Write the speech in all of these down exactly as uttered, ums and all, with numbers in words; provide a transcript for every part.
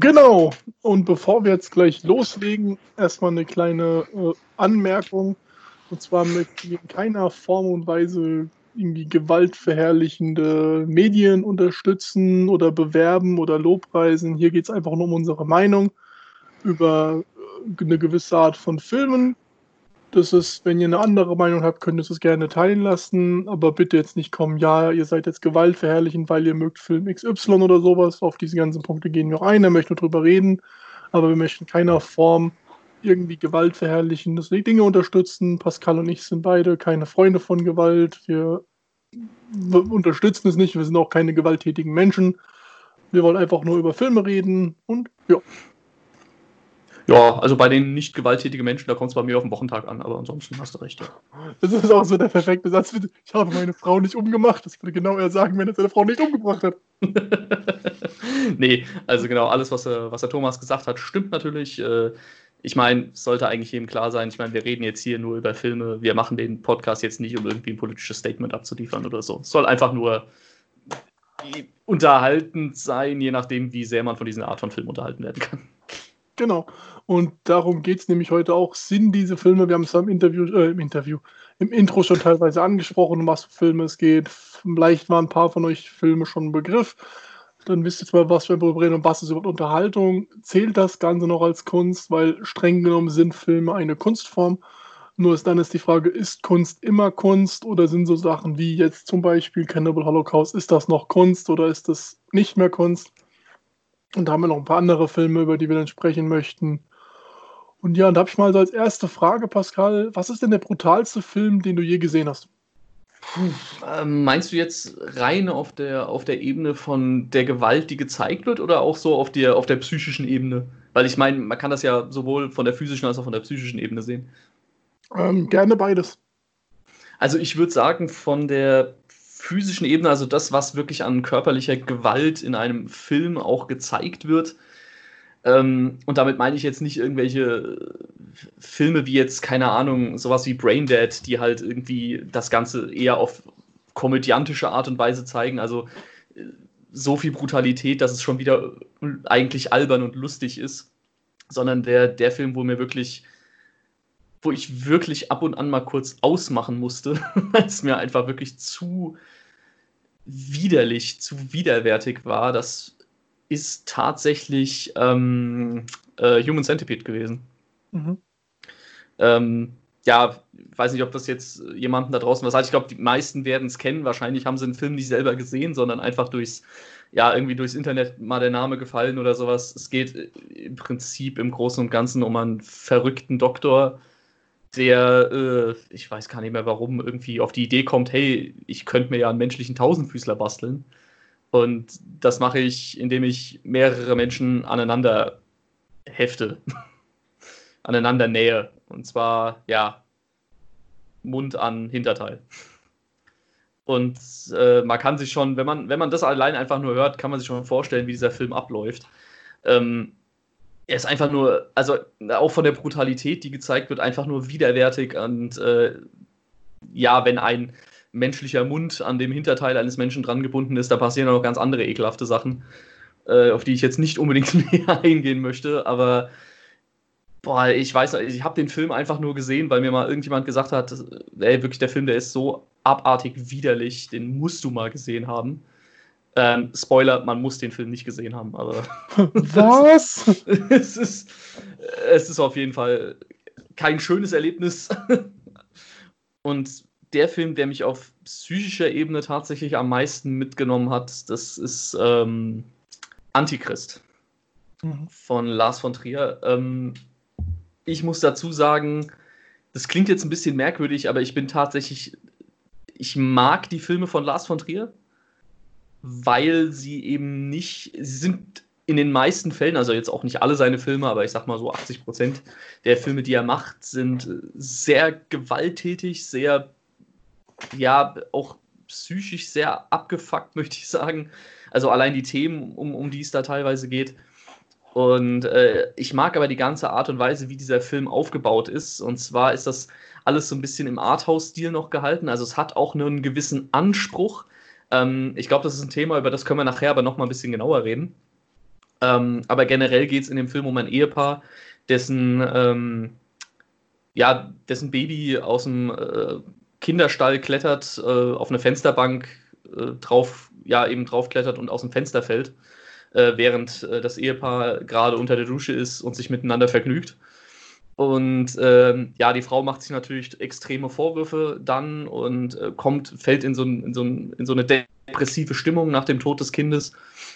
Genau. Und bevor wir jetzt gleich loslegen, erstmal eine kleine äh, Anmerkung. Und zwar möchten wir in keiner Form und Weise irgendwie gewaltverherrlichende Medien unterstützen oder bewerben oder lobpreisen. Hier geht es einfach nur um unsere Meinung über äh, eine gewisse Art von Filmen. Das ist, wenn ihr eine andere Meinung habt, könnt ihr es gerne teilen lassen, aber bitte jetzt nicht kommen, ja, ihr seid jetzt gewaltverherrlichend, weil ihr mögt Film X Y oder sowas. Auf diese ganzen Punkte gehen wir auch ein, da möchten wir drüber reden, aber wir möchten in keiner Form irgendwie gewaltverherrlichende Dinge unterstützen. Pascal und ich sind beide keine Freunde von Gewalt. Wir w- unterstützen es nicht, wir sind auch keine gewalttätigen Menschen. Wir wollen einfach nur über Filme reden und ja. Ja, also bei den nicht gewalttätigen Menschen, da kommt es bei mir auf den Wochentag an, aber ansonsten hast du recht. Ja. Das ist auch so der perfekte Satz. Ich habe meine Frau nicht umgemacht. Das würde genau er sagen, wenn er seine Frau nicht umgebracht hat. Nee, also genau, alles, was, äh, was der Thomas gesagt hat, stimmt natürlich. Äh, ich meine, es sollte eigentlich jedem klar sein. Ich meine, wir reden jetzt hier nur über Filme. Wir machen den Podcast jetzt nicht, um irgendwie ein politisches Statement abzuliefern oder so. Es soll einfach nur unterhaltend sein, je nachdem, wie sehr man von dieser Art von Film unterhalten werden kann. Genau. Und darum geht es nämlich heute auch. Sind diese Filme, wir haben es im Interview, äh, im Interview, im Intro schon teilweise angesprochen, um was für Filme es geht. Vielleicht waren ein paar von euch Filme schon ein Begriff. Dann wisst ihr jetzt mal, was wir darüber reden und was ist überhaupt Unterhaltung. Zählt das Ganze noch als Kunst? Weil streng genommen sind Filme eine Kunstform. Nur ist dann ist die Frage, ist Kunst immer Kunst oder sind so Sachen wie jetzt zum Beispiel Cannibal Holocaust, ist das noch Kunst oder ist das nicht mehr Kunst? Und da haben wir noch ein paar andere Filme, über die wir dann sprechen möchten. Und ja, und da habe ich mal so als erste Frage, Pascal, was ist denn der brutalste Film, den du je gesehen hast? Ähm, meinst du jetzt rein auf der, auf der Ebene von der Gewalt, die gezeigt wird, oder auch so auf der, auf der psychischen Ebene? Weil ich meine, man kann das ja sowohl von der physischen als auch von der psychischen Ebene sehen. Ähm, gerne beides. Also ich würde sagen, von der physischen Ebene, also das, was wirklich an körperlicher Gewalt in einem Film auch gezeigt wird. Ähm, und damit meine ich jetzt nicht irgendwelche Filme wie jetzt, keine Ahnung, sowas wie Braindead, die halt irgendwie das Ganze eher auf komödiantische Art und Weise zeigen. Also äh, so viel Brutalität, dass es schon wieder eigentlich albern und lustig ist. Sondern der, der Film, wo mir wirklich, wo ich wirklich ab und an mal kurz ausmachen musste, weil es mir einfach wirklich zu widerlich, zu widerwärtig war, das ist tatsächlich ähm, äh, Human Centipede gewesen. Mhm. Ähm, ja, ich weiß nicht, ob das jetzt jemanden da draußen was sagt. Ich glaube, die meisten werden es kennen. Wahrscheinlich haben sie den Film nicht selber gesehen, sondern einfach durchs, ja, irgendwie durchs Internet mal der Name gefallen oder sowas. Es geht im Prinzip im Großen und Ganzen um einen verrückten Doktor, der, äh, ich weiß gar nicht mehr warum, irgendwie auf die Idee kommt, hey, ich könnte mir ja einen menschlichen Tausendfüßler basteln. Und das mache ich, indem ich mehrere Menschen aneinander hefte. aneinander nähe. Und zwar, ja, Mund an Hinterteil. Und äh, man kann sich schon, wenn man, wenn man das allein einfach nur hört, kann man sich schon vorstellen, wie dieser Film abläuft. Ähm, er ist einfach nur, also auch von der Brutalität, die gezeigt wird, einfach nur widerwärtig. Und äh, ja, wenn ein menschlicher Mund an dem Hinterteil eines Menschen dran gebunden ist, da passieren auch noch ganz andere ekelhafte Sachen, äh, auf die ich jetzt nicht unbedingt näher eingehen möchte, aber boah, ich weiß, ich habe den Film einfach nur gesehen, weil mir mal irgendjemand gesagt hat, ey, wirklich, der Film, der ist so abartig widerlich, den musst du mal gesehen haben. Ähm, Spoiler, man muss den Film nicht gesehen haben, aber Was? es, ist, es ist auf jeden Fall kein schönes Erlebnis. Und der Film, der mich auf psychischer Ebene tatsächlich am meisten mitgenommen hat, das ist ähm, Antichrist Mhm. von Lars von Trier. Ähm, ich muss dazu sagen, das klingt jetzt ein bisschen merkwürdig, aber ich bin tatsächlich, ich mag die Filme von Lars von Trier, weil sie eben nicht, sie sind in den meisten Fällen, also jetzt auch nicht alle seine Filme, aber ich sag mal so achtzig Prozent der Filme, die er macht, sind sehr gewalttätig, sehr, ja, auch psychisch sehr abgefuckt, möchte ich sagen. Also allein die Themen, um, um die es da teilweise geht. Und äh, ich mag aber die ganze Art und Weise, wie dieser Film aufgebaut ist. Und zwar ist das alles so ein bisschen im Arthouse-Stil noch gehalten. Also es hat auch einen gewissen Anspruch. Ähm, ich glaube, das ist ein Thema, über das können wir nachher aber noch mal ein bisschen genauer reden. Ähm, aber generell geht es in dem Film um ein Ehepaar, dessen, ähm, ja, dessen Baby aus dem äh, Kinderstall klettert, äh, auf eine Fensterbank äh, drauf, ja, eben draufklettert und aus dem Fenster fällt, äh, während äh, das Ehepaar gerade unter der Dusche ist und sich miteinander vergnügt. Und ähm, ja, die Frau macht sich natürlich extreme Vorwürfe dann und äh, kommt, fällt in so, ein, in, so ein, in so eine depressive Stimmung nach dem Tod des Kindes.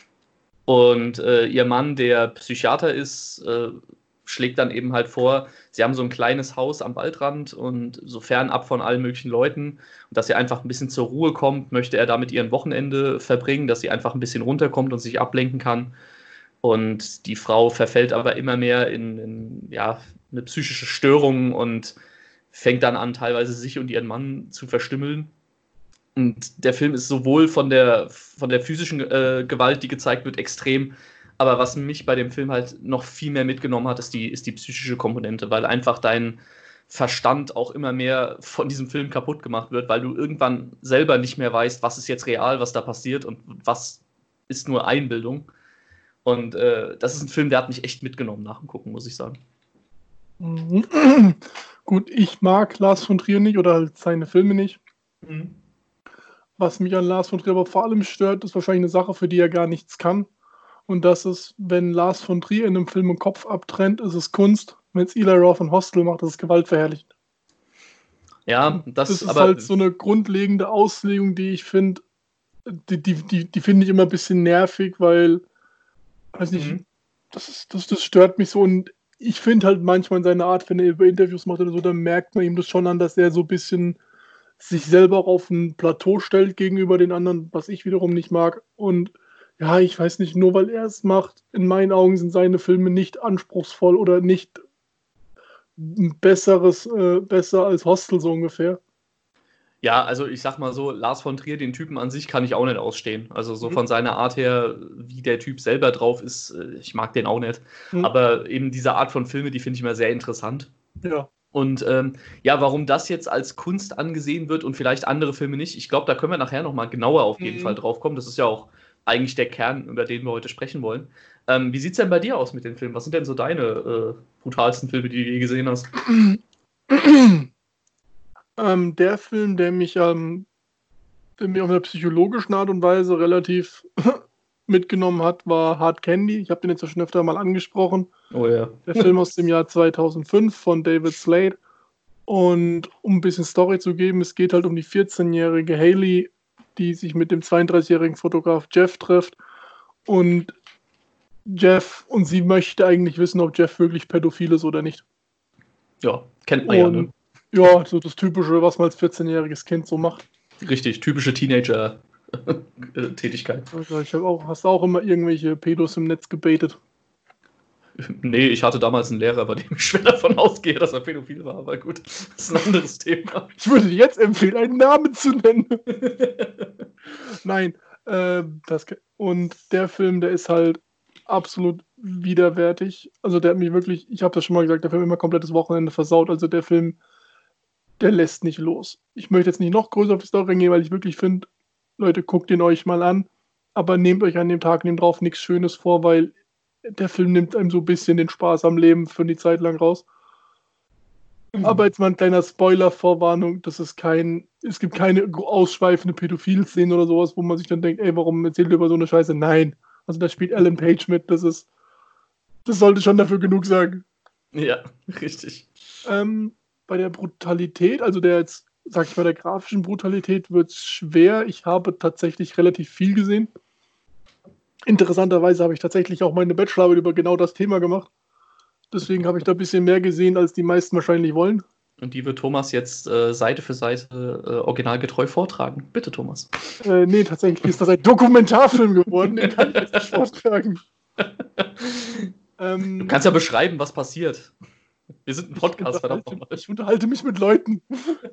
Und äh, ihr Mann, der Psychiater ist, äh, schlägt dann eben halt vor, sie haben so ein kleines Haus am Waldrand und so fernab von allen möglichen Leuten. Und dass sie einfach ein bisschen zur Ruhe kommt, möchte er damit ihren Wochenende verbringen, dass sie einfach ein bisschen runterkommt und sich ablenken kann. Und die Frau verfällt aber immer mehr in, in ja, eine psychische Störung und fängt dann an, teilweise sich und ihren Mann zu verstümmeln. Und der Film ist sowohl von der, von der physischen äh, Gewalt, die gezeigt wird, extrem, aber was mich bei dem Film halt noch viel mehr mitgenommen hat, ist die, ist die psychische Komponente, weil einfach dein Verstand auch immer mehr von diesem Film kaputt gemacht wird, weil du irgendwann selber nicht mehr weißt, was ist jetzt real, was da passiert und was ist nur Einbildung. Und äh, das ist ein Film, der hat mich echt mitgenommen nach dem Gucken, muss ich sagen. Mhm. Gut, ich mag Lars von Trier nicht oder halt seine Filme nicht. Mhm. Was mich an Lars von Trier aber vor allem stört, ist wahrscheinlich eine Sache, für die er gar nichts kann. Und das ist, wenn Lars von Trier in einem Film einen Kopf abtrennt, ist es Kunst. Wenn es Eli Roth in Hostel macht, ist es gewaltverherrlichend. Ja, das, das ist aber halt so eine grundlegende Auslegung, die ich finde, die, die, die, die finde ich immer ein bisschen nervig, weil, weiß nicht, mhm. das, ist, das, das stört mich so. Und ich finde halt manchmal in seiner Art, wenn er über Interviews macht oder so, dann merkt man ihm das schon an, dass er so ein bisschen sich selber auf ein Plateau stellt gegenüber den anderen, was ich wiederum nicht mag. Und ja, ich weiß nicht, nur weil er es macht, in meinen Augen sind seine Filme nicht anspruchsvoll oder nicht ein besseres, äh, besser als Hostel so ungefähr. Ja, also ich sag mal so, Lars von Trier, den Typen an sich kann ich auch nicht ausstehen. Also so mhm. von seiner Art her, wie der Typ selber drauf ist, ich mag den auch nicht. Mhm. Aber eben diese Art von Filme, die finde ich immer sehr interessant. Ja. Und ähm, ja, warum das jetzt als Kunst angesehen wird und vielleicht andere Filme nicht, ich glaube, da können wir nachher nochmal genauer auf jeden mhm. Fall drauf kommen. Das ist ja auch eigentlich der Kern, über den wir heute sprechen wollen. Ähm, wie sieht es denn bei dir aus mit den Filmen? Was sind denn so deine äh, brutalsten Filme, die du je gesehen hast? ähm, der Film, der mich, ähm, der mich auf einer psychologischen Art und Weise relativ mitgenommen hat, war Hard Candy. Ich habe den jetzt schon öfter mal angesprochen. Oh ja. Der Film aus dem Jahr zweitausendfünf von David Slade. Und um ein bisschen Story zu geben, es geht halt um die vierzehnjährige Hailey, die sich mit dem zweiunddreißigjährigen Fotograf Jeff trifft. Und Jeff, und sie möchte eigentlich wissen, ob Jeff wirklich pädophil ist oder nicht. Ja, kennt man und, ja, ne? Ja, so das Typische, was man als vierzehnjähriges Kind so macht. Richtig, typische Teenager-Tätigkeit. Also ich habe auch, hast du auch immer irgendwelche Pedos im Netz gebaitet? Nee, ich hatte damals einen Lehrer, bei dem ich schwer davon ausgehe, dass er pädophil war, aber gut, das ist ein anderes Thema. Ich würde dir jetzt empfehlen, einen Namen zu nennen. Nein, äh, das, und der Film, der ist halt absolut widerwärtig. Also der hat mich wirklich, ich habe das schon mal gesagt, der Film immer komplettes Wochenende versaut. Also der Film, der lässt nicht los. Ich möchte jetzt nicht noch größer auf die Story gehen, weil ich wirklich finde, Leute, guckt den euch mal an, aber nehmt euch an dem Tag, nehmt drauf nichts Schönes vor, weil der Film nimmt einem so ein bisschen den Spaß am Leben für die Zeit lang raus. Mhm. Aber jetzt mal ein kleiner Spoiler-Vorwarnung, das ist kein, es gibt keine ausschweifende Pädophil-Szene oder sowas, wo man sich dann denkt, ey, warum erzählt ihr über so eine Scheiße? Nein. Also da spielt Ellen Page mit, das ist, das sollte schon dafür genug sagen. Ja, richtig. Ähm, bei der Brutalität, also der jetzt, sag ich mal, der grafischen Brutalität wird es schwer. Ich habe tatsächlich relativ viel gesehen. Interessanterweise habe ich tatsächlich auch meine Bachelorarbeit über genau das Thema gemacht. Deswegen habe ich da ein bisschen mehr gesehen, als die meisten wahrscheinlich wollen. Und die wird Thomas jetzt äh, Seite für Seite äh, originalgetreu vortragen. Bitte, Thomas. Äh, nee, tatsächlich ist das ein Dokumentarfilm geworden. Den kann ich jetzt nicht vortragen. ähm, du kannst ja beschreiben, was passiert. Wir sind ein Podcast, verdammt nochmal. Ich unterhalte mich mit Leuten.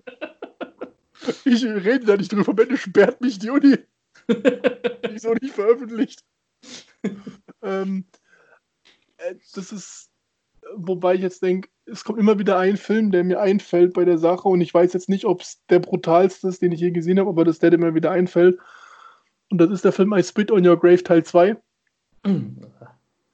Ich rede da nicht drüber. Am Ende sperrt mich die Uni. Wieso nicht veröffentlicht? ähm, äh, das ist, wobei ich jetzt denke, es kommt immer wieder ein Film, der mir einfällt bei der Sache und ich weiß jetzt nicht, ob es der brutalste ist, den ich je gesehen habe, aber das ist der, der mir wieder einfällt. Und das ist der Film I Spit on Your Grave Teil zwei.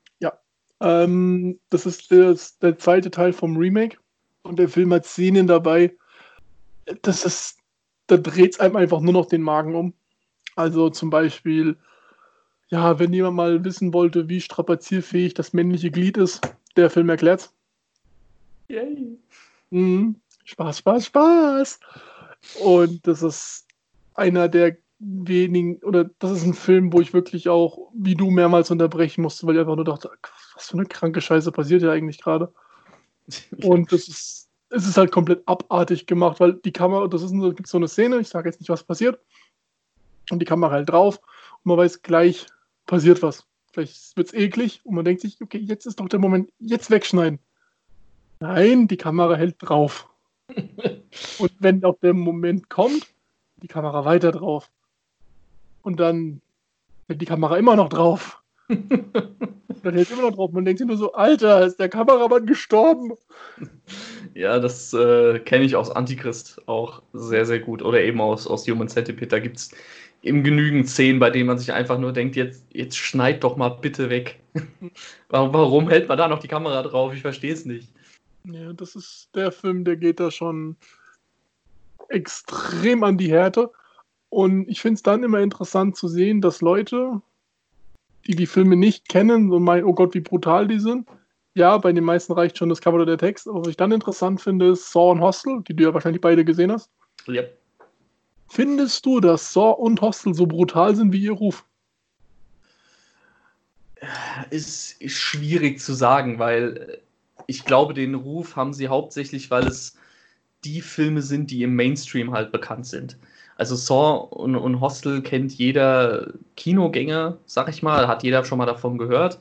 Ähm, das ist der, der zweite Teil vom Remake und der Film hat Szenen dabei. Das ist, da dreht es einem einfach nur noch den Magen um. Also zum Beispiel, ja, wenn jemand mal wissen wollte, wie strapazierfähig das männliche Glied ist, der Film erklärt's. Yay. Mhm. Spaß, Spaß, Spaß. Und das ist einer der wenigen, oder das ist ein Film, wo ich wirklich auch, wie du, mehrmals unterbrechen musste, weil ich einfach nur dachte, was für eine kranke Scheiße passiert hier eigentlich gerade. Und das ist, es ist halt komplett abartig gemacht, weil die Kamera, das ist, da gibt so eine Szene, ich sage jetzt nicht, was passiert, und die Kamera halt drauf und man weiß, gleich passiert was. Gleich wird es eklig und man denkt sich, okay, jetzt ist doch der Moment, jetzt wegschneiden. Nein, die Kamera hält drauf. Und wenn auch der Moment kommt, die Kamera weiter drauf. Und dann hält die Kamera immer noch drauf. Dann hält immer noch drauf. Man denkt sich nur so, Alter, ist der Kameramann gestorben? Ja, das äh, kenne ich aus Antichrist auch sehr, sehr gut. Oder eben aus, aus Human Centipede. Da gibt es eben genügend Szenen, bei denen man sich einfach nur denkt, jetzt, jetzt schneid doch mal bitte weg. warum, warum hält man da noch die Kamera drauf? Ich verstehe es nicht. Ja, das ist der Film, der geht da schon extrem an die Härte. Und ich finde es dann immer interessant zu sehen, dass Leute, die die Filme nicht kennen, so meinen, oh Gott, wie brutal die sind. Ja, bei den meisten reicht schon das Cover oder der Text. Aber was ich dann interessant finde, ist Saw und Hostel, die du ja wahrscheinlich beide gesehen hast. Ja. Findest du, dass Saw und Hostel so brutal sind wie ihr Ruf? Ist, ist schwierig zu sagen, weil ich glaube, den Ruf haben sie hauptsächlich, weil es die Filme sind, die im Mainstream halt bekannt sind. Also Saw und, und Hostel kennt jeder Kinogänger, sag ich mal, hat jeder schon mal davon gehört.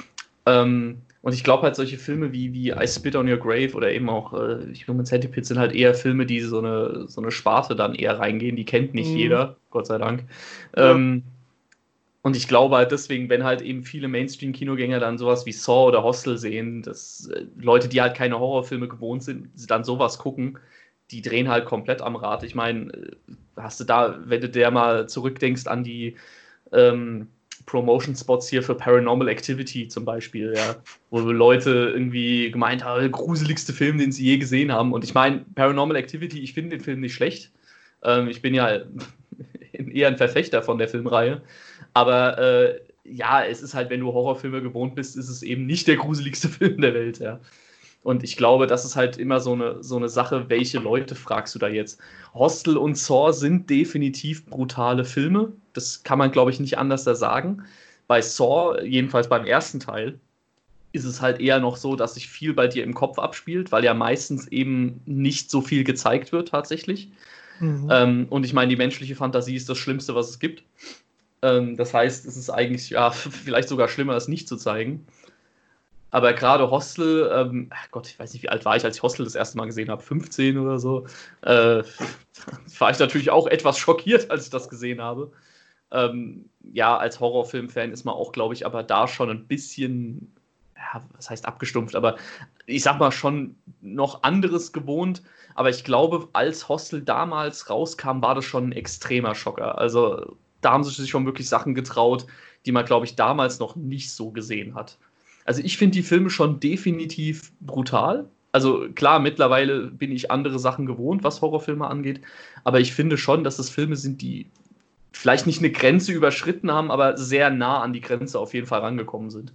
Ähm, und ich glaube halt, solche Filme wie, wie I Spit on Your Grave oder eben auch äh, Human Centipede sind halt eher Filme, die so eine, so eine Sparte dann eher reingehen. Die kennt nicht mhm. jeder, Gott sei Dank. Ja. Ähm, und ich glaube halt deswegen, wenn halt eben viele Mainstream-Kinogänger dann sowas wie Saw oder Hostel sehen, dass äh, Leute, die halt keine Horrorfilme gewohnt sind, dann sowas gucken, die drehen halt komplett am Rad. Ich meine, hast du da, wenn du dir mal zurückdenkst an die ähm, Promotion-Spots hier für Paranormal Activity zum Beispiel, ja, wo Leute irgendwie gemeint haben, der gruseligste Film, den sie je gesehen haben. Und ich meine, Paranormal Activity, ich finde den Film nicht schlecht. Ähm, ich bin ja eher ein Verfechter von der Filmreihe. Aber äh, ja, es ist halt, wenn du Horrorfilme gewohnt bist, ist es eben nicht der gruseligste Film der Welt, ja. Und ich glaube, das ist halt immer so eine, so eine Sache, welche Leute fragst du da jetzt? Hostel und Saw sind definitiv brutale Filme. Das kann man, glaube ich, nicht anders da sagen. Bei Saw, jedenfalls beim ersten Teil, ist es halt eher noch so, dass sich viel bei dir im Kopf abspielt, weil ja meistens eben nicht so viel gezeigt wird tatsächlich. Mhm. Ähm, und ich meine, die menschliche Fantasie ist das Schlimmste, was es gibt. Ähm, das heißt, es ist eigentlich ja vielleicht sogar schlimmer, es nicht zu zeigen. Aber gerade Hostel, ähm, ach Gott, ich weiß nicht, wie alt war ich, als ich Hostel das erste Mal gesehen habe, fünfzehn oder so, äh, war ich natürlich auch etwas schockiert, als ich das gesehen habe. Ähm, ja, als Horrorfilm-Fan ist man auch, glaube ich, aber da schon ein bisschen, ja, was heißt abgestumpft, aber ich sag mal schon noch anderes gewohnt. Aber ich glaube, als Hostel damals rauskam, war das schon ein extremer Schocker. Also da haben sie sich schon wirklich Sachen getraut, die man, glaube ich, damals noch nicht so gesehen hat. Also ich finde die Filme schon definitiv brutal. Also klar, mittlerweile bin ich andere Sachen gewohnt, was Horrorfilme angeht. Aber ich finde schon, dass es Filme sind, die vielleicht nicht eine Grenze überschritten haben, aber sehr nah an die Grenze auf jeden Fall rangekommen sind.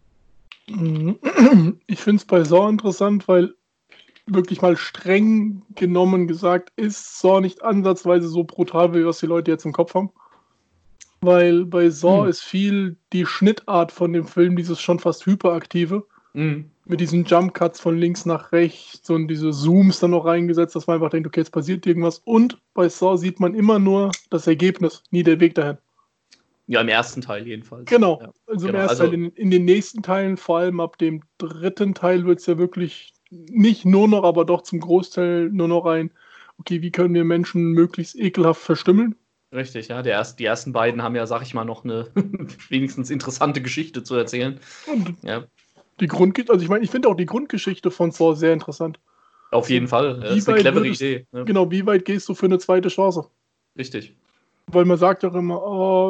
Ich finde es bei Saw interessant, weil wirklich mal streng genommen gesagt ist Saw nicht ansatzweise so brutal, wie was die Leute jetzt im Kopf haben. Weil bei Saw hm. ist viel die Schnittart von dem Film, dieses schon fast hyperaktive, hm. mit diesen Jump-Cuts von links nach rechts und diese Zooms dann noch reingesetzt, dass man einfach denkt, okay, jetzt passiert irgendwas. Und bei Saw sieht man immer nur das Ergebnis, nie der Weg dahin. Ja, im ersten Teil jedenfalls. Genau, ja. also genau. im ersten also, Teil. In, in den nächsten Teilen, vor allem ab dem dritten Teil, wird es ja wirklich nicht nur noch, aber doch zum Großteil nur noch ein, okay, wie können wir Menschen möglichst ekelhaft verstümmeln? Richtig, ja. Der erst, die ersten beiden haben ja, sag ich mal, noch eine wenigstens interessante Geschichte zu erzählen. Und ja. die Grundgeschichte, also ich meine, ich finde auch die Grundgeschichte von Saw sehr interessant. Auf jeden Fall, ja, das ist eine clevere würdest, Idee. Ja. Genau, wie weit gehst du für eine zweite Chance? Richtig. Weil man sagt ja auch immer, oh,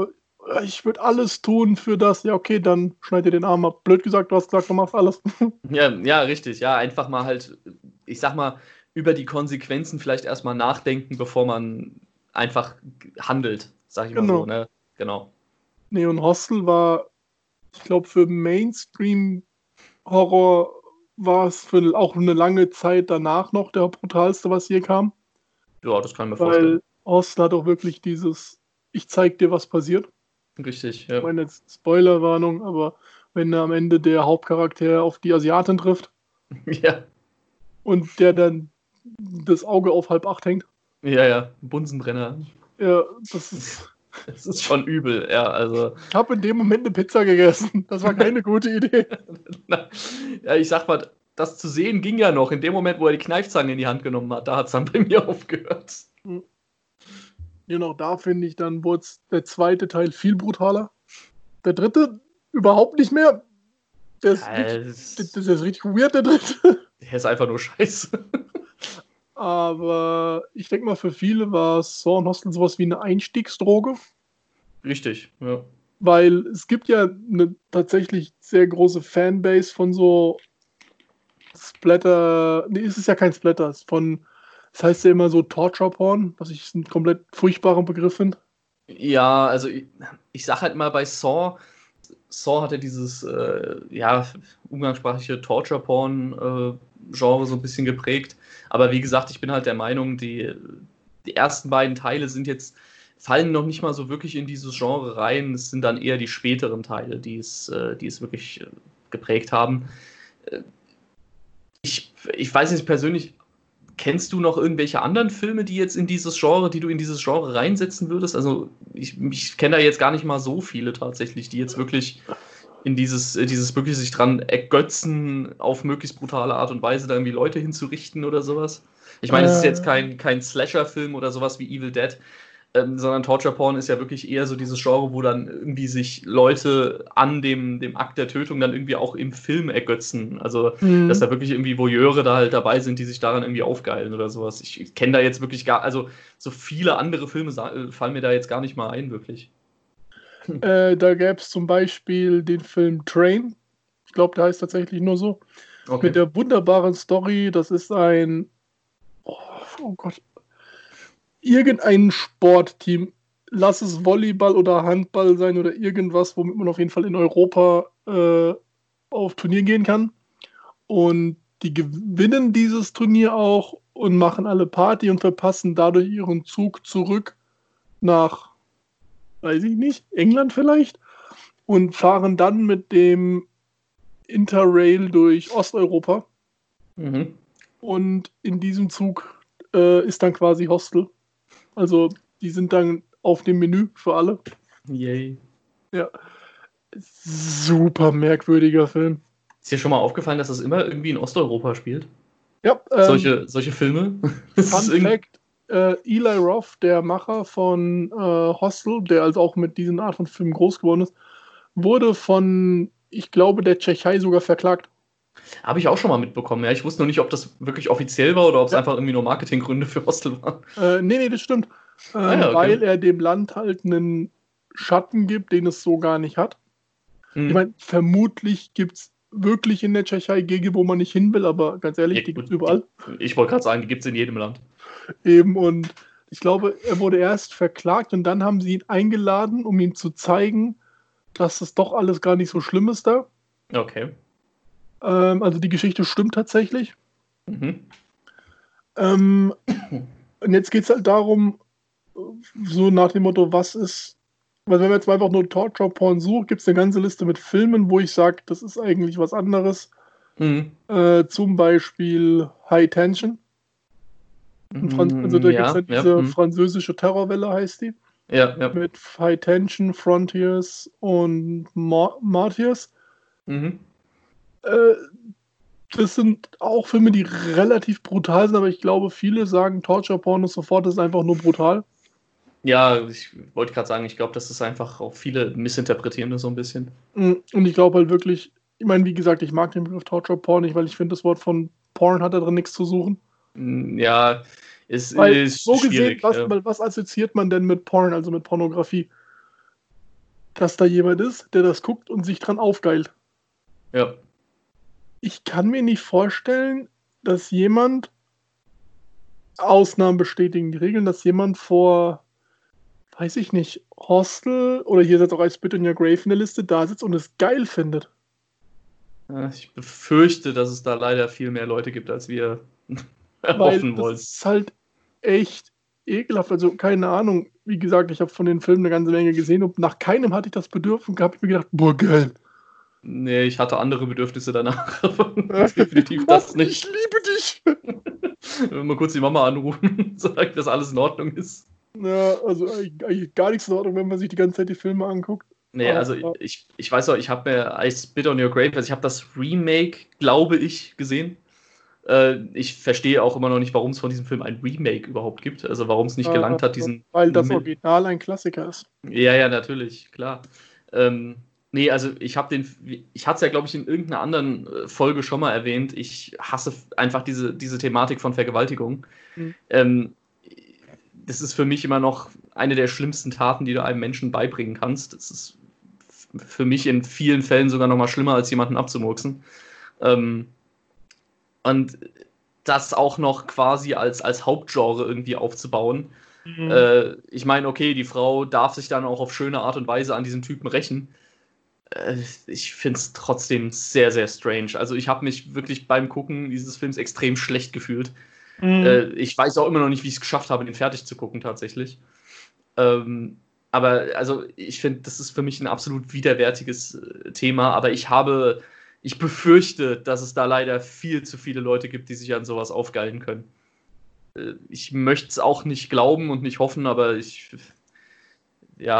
ich würde alles tun für das. Ja, okay, dann schneid dir den Arm ab. Blöd gesagt, du hast gesagt, du machst alles. Ja, ja, richtig. Ja, einfach mal halt, ich sag mal, über die Konsequenzen vielleicht erstmal nachdenken, bevor man einfach handelt, sag ich mal so, Genau. ne? Genau. Nee, und Hostel war, ich glaube, für Mainstream-Horror war es für auch eine lange Zeit danach noch der brutalste, was je kam. Ja, das kann ich mir vorstellen. Weil Hostel hat auch wirklich dieses, ich zeig dir, was passiert. Richtig, Ich ja. meine jetzt Spoilerwarnung, aber wenn am Ende der Hauptcharakter auf die Asiatin trifft Ja, und der dann das Auge auf halb acht hängt, ja, ja. Bunsenbrenner. ja, das ist. Das ist schon übel, ja, also. Ich habe in dem Moment eine Pizza gegessen. Das war keine gute Idee. Ja, ich sag mal, das zu sehen ging ja noch. In dem Moment, wo er die Kneifzange in die Hand genommen hat, da hat es dann bei mir aufgehört. Ja, noch da finde ich, dann wurde der zweite Teil viel brutaler. Der dritte überhaupt nicht mehr. Der ist, Ja, richtig, es- das das ist richtig weird, der dritte. Der ist einfach nur scheiße. Aber ich denke mal, für viele war Saw und Hostel sowas wie eine Einstiegsdroge. Richtig, ja. Weil es gibt ja eine tatsächlich sehr große Fanbase von so Splatter. Nee, es ist ja kein Splatter. Es ist von, das heißt ja immer so Torture Porn, was ich einen komplett furchtbaren Begriff finde. Ja, also ich, ich sag halt mal bei Saw, Saw hatte dieses, äh, ja, umgangssprachliche Torture-Porn-Genre so ein bisschen geprägt. Aber wie gesagt, ich bin halt der Meinung, die, die ersten beiden Teile sind jetzt, fallen noch nicht mal so wirklich in dieses Genre rein. Es sind dann eher die späteren Teile, die es, äh, die es wirklich äh, geprägt haben. Äh, Ich, ich weiß nicht persönlich, kennst du noch irgendwelche anderen Filme, die jetzt in dieses Genre, die du in dieses Genre reinsetzen würdest? Also ich, ich kenne da jetzt gar nicht mal so viele tatsächlich, die jetzt wirklich in dieses, äh, dieses wirklich sich dran ergötzen, auf möglichst brutale Art und Weise da irgendwie Leute hinzurichten oder sowas. Ich meine, es ist jetzt Äh, kein, kein Slasher-Film oder sowas wie Evil Dead, ähm, sondern Torture Porn ist ja wirklich eher so dieses Genre, wo dann irgendwie sich Leute an dem, dem Akt der Tötung dann irgendwie auch im Film ergötzen. Also, dass mh. da wirklich irgendwie Voyeure da halt dabei sind, die sich daran irgendwie aufgeilen oder sowas. Ich, ich kenne da jetzt wirklich gar, also so viele andere Filme sa- äh, fallen mir da jetzt gar nicht mal ein, wirklich. Äh, da gäbe es zum Beispiel den Film Train. Ich glaube, der heißt tatsächlich nur so. Okay. Mit der wunderbaren Story. Das ist ein, oh, oh Gott, irgendein Sportteam. Lass es Volleyball oder Handball sein oder irgendwas, womit man auf jeden Fall in Europa äh, auf Turnier gehen kann. Und die gewinnen dieses Turnier auch und machen alle Party und verpassen dadurch ihren Zug zurück nach, weiß ich nicht, England vielleicht, und fahren dann mit dem Interrail durch Osteuropa. Mhm. Und in diesem Zug äh, ist dann quasi Hostel. Also die sind dann auf dem Menü für alle. Yay. Ja, super merkwürdiger Film. Ist dir schon mal aufgefallen, dass das immer irgendwie in Osteuropa spielt? Ja, ähm, Solche, solche Filme? Das Fun ist irgendwie- Fact, äh, Eli Roth, der Macher von äh, Hostel, der also auch mit diesen Art von Filmen groß geworden ist, wurde von, ich glaube, der Tschechei sogar verklagt. Habe ich auch schon mal mitbekommen. Ja, ich wusste noch nicht, ob das wirklich offiziell war oder ob es Ja. einfach irgendwie nur Marketinggründe für Hostel waren. Äh, nee, nee, das stimmt. Ähm, Ah ja, okay. Weil er dem Land halt einen Schatten gibt, den es so gar nicht hat. Hm. Ich meine, vermutlich gibt es wirklich in der Tschechei Gegenden, wo man nicht hin will, aber ganz ehrlich, Ja, die gut, gibt es überall. Die, ich wollte gerade sagen, die gibt es in jedem Land. Eben, und ich glaube, er wurde erst verklagt und dann haben sie ihn eingeladen, um ihm zu zeigen, dass das doch alles gar nicht so schlimm ist da. Okay. Ähm, also die Geschichte stimmt tatsächlich. Mhm. Ähm, und jetzt geht es halt darum, so nach dem Motto, was ist, weil wenn man jetzt mal einfach nur Torture-Porn sucht, gibt es eine ganze Liste mit Filmen, wo ich sage, das ist eigentlich was anderes. Mhm. Äh, zum Beispiel High Tension. In Franz also da gibt es Ja, dann ja, diese mhm. französische Terrorwelle, heißt die. ja, ja. Mit High Tension, Frontiers und Mar Martyrs. Mhm. Äh, das sind auch Filme, die relativ brutal sind, aber ich glaube, viele sagen Torture Porn ist sofort, das ist einfach nur brutal. Ja, ich wollte gerade sagen, ich glaube, das ist einfach auch viele missinterpretieren das so ein bisschen. Und ich glaube halt wirklich, ich meine, wie gesagt, ich mag den Begriff Torture Porn nicht, weil ich finde, das Wort von Porn hat da drin nichts zu suchen. Mm, Ja, es Weil ist so gesehen, schwierig. was, Ja. weil was assoziiert man denn mit Porn, also mit Pornografie? dass da jemand ist, der das guckt und sich dran aufgeilt. Ja. Ich kann mir nicht vorstellen, dass jemand, Ausnahmen bestätigen die Regeln, dass jemand vor, weiß ich nicht, Hostel oder hier sitzt auch als Spit on Your Grave in der Liste, da sitzt und es geil findet. Ich befürchte, dass es da leider viel mehr Leute gibt, als wir erhoffen wollen. Das ist halt echt ekelhaft. Also keine Ahnung. Wie gesagt, ich habe von den Filmen eine ganze Menge gesehen und nach keinem hatte ich das Bedürfnis gehabt. Ich mir gedacht, boah, geil. Nee, ich hatte andere Bedürfnisse danach. Definitiv das nicht. Ich liebe dich. Mal kurz die Mama anrufen und sagen, dass alles in Ordnung ist. Ja, also eigentlich gar nichts in Ordnung, wenn man sich die ganze Zeit die Filme anguckt. Nee, also ich, ich weiß auch, ich habe mir I Spit on Your Grave, also ich habe das Remake, glaube ich, gesehen. Äh, ich verstehe auch immer noch nicht, warum es von diesem Film ein Remake überhaupt gibt. Also warum es nicht gelangt hat, diesen... Weil das Original ein Klassiker ist. Ja, ja, natürlich, klar. Ähm, nee, also ich habe den, ich hatte es ja, glaube ich, in irgendeiner anderen Folge schon mal erwähnt, ich hasse einfach diese, diese Thematik von Vergewaltigung. Mhm. Ähm, das ist für mich immer noch eine der schlimmsten Taten, die du einem Menschen beibringen kannst. Das ist für mich in vielen Fällen sogar noch mal schlimmer, als jemanden abzumurksen. Ähm, und das auch noch quasi als, als Hauptgenre irgendwie aufzubauen. Mhm. Äh, ich meine, okay, die Frau darf sich dann auch auf schöne Art und Weise an diesen Typen rächen. Äh, ich finde es trotzdem sehr, sehr strange. Also ich habe mich wirklich beim Gucken dieses Films extrem schlecht gefühlt. Mhm. Äh, ich weiß auch immer noch nicht, wie ich es geschafft habe, den fertig zu gucken tatsächlich. Ähm, aber also ich finde, das ist für mich ein absolut widerwärtiges äh, Thema, aber ich habe, ich befürchte, dass es da leider viel zu viele Leute gibt, die sich an sowas aufgeilen können. Äh, ich möchte es auch nicht glauben und nicht hoffen, aber ich, ja,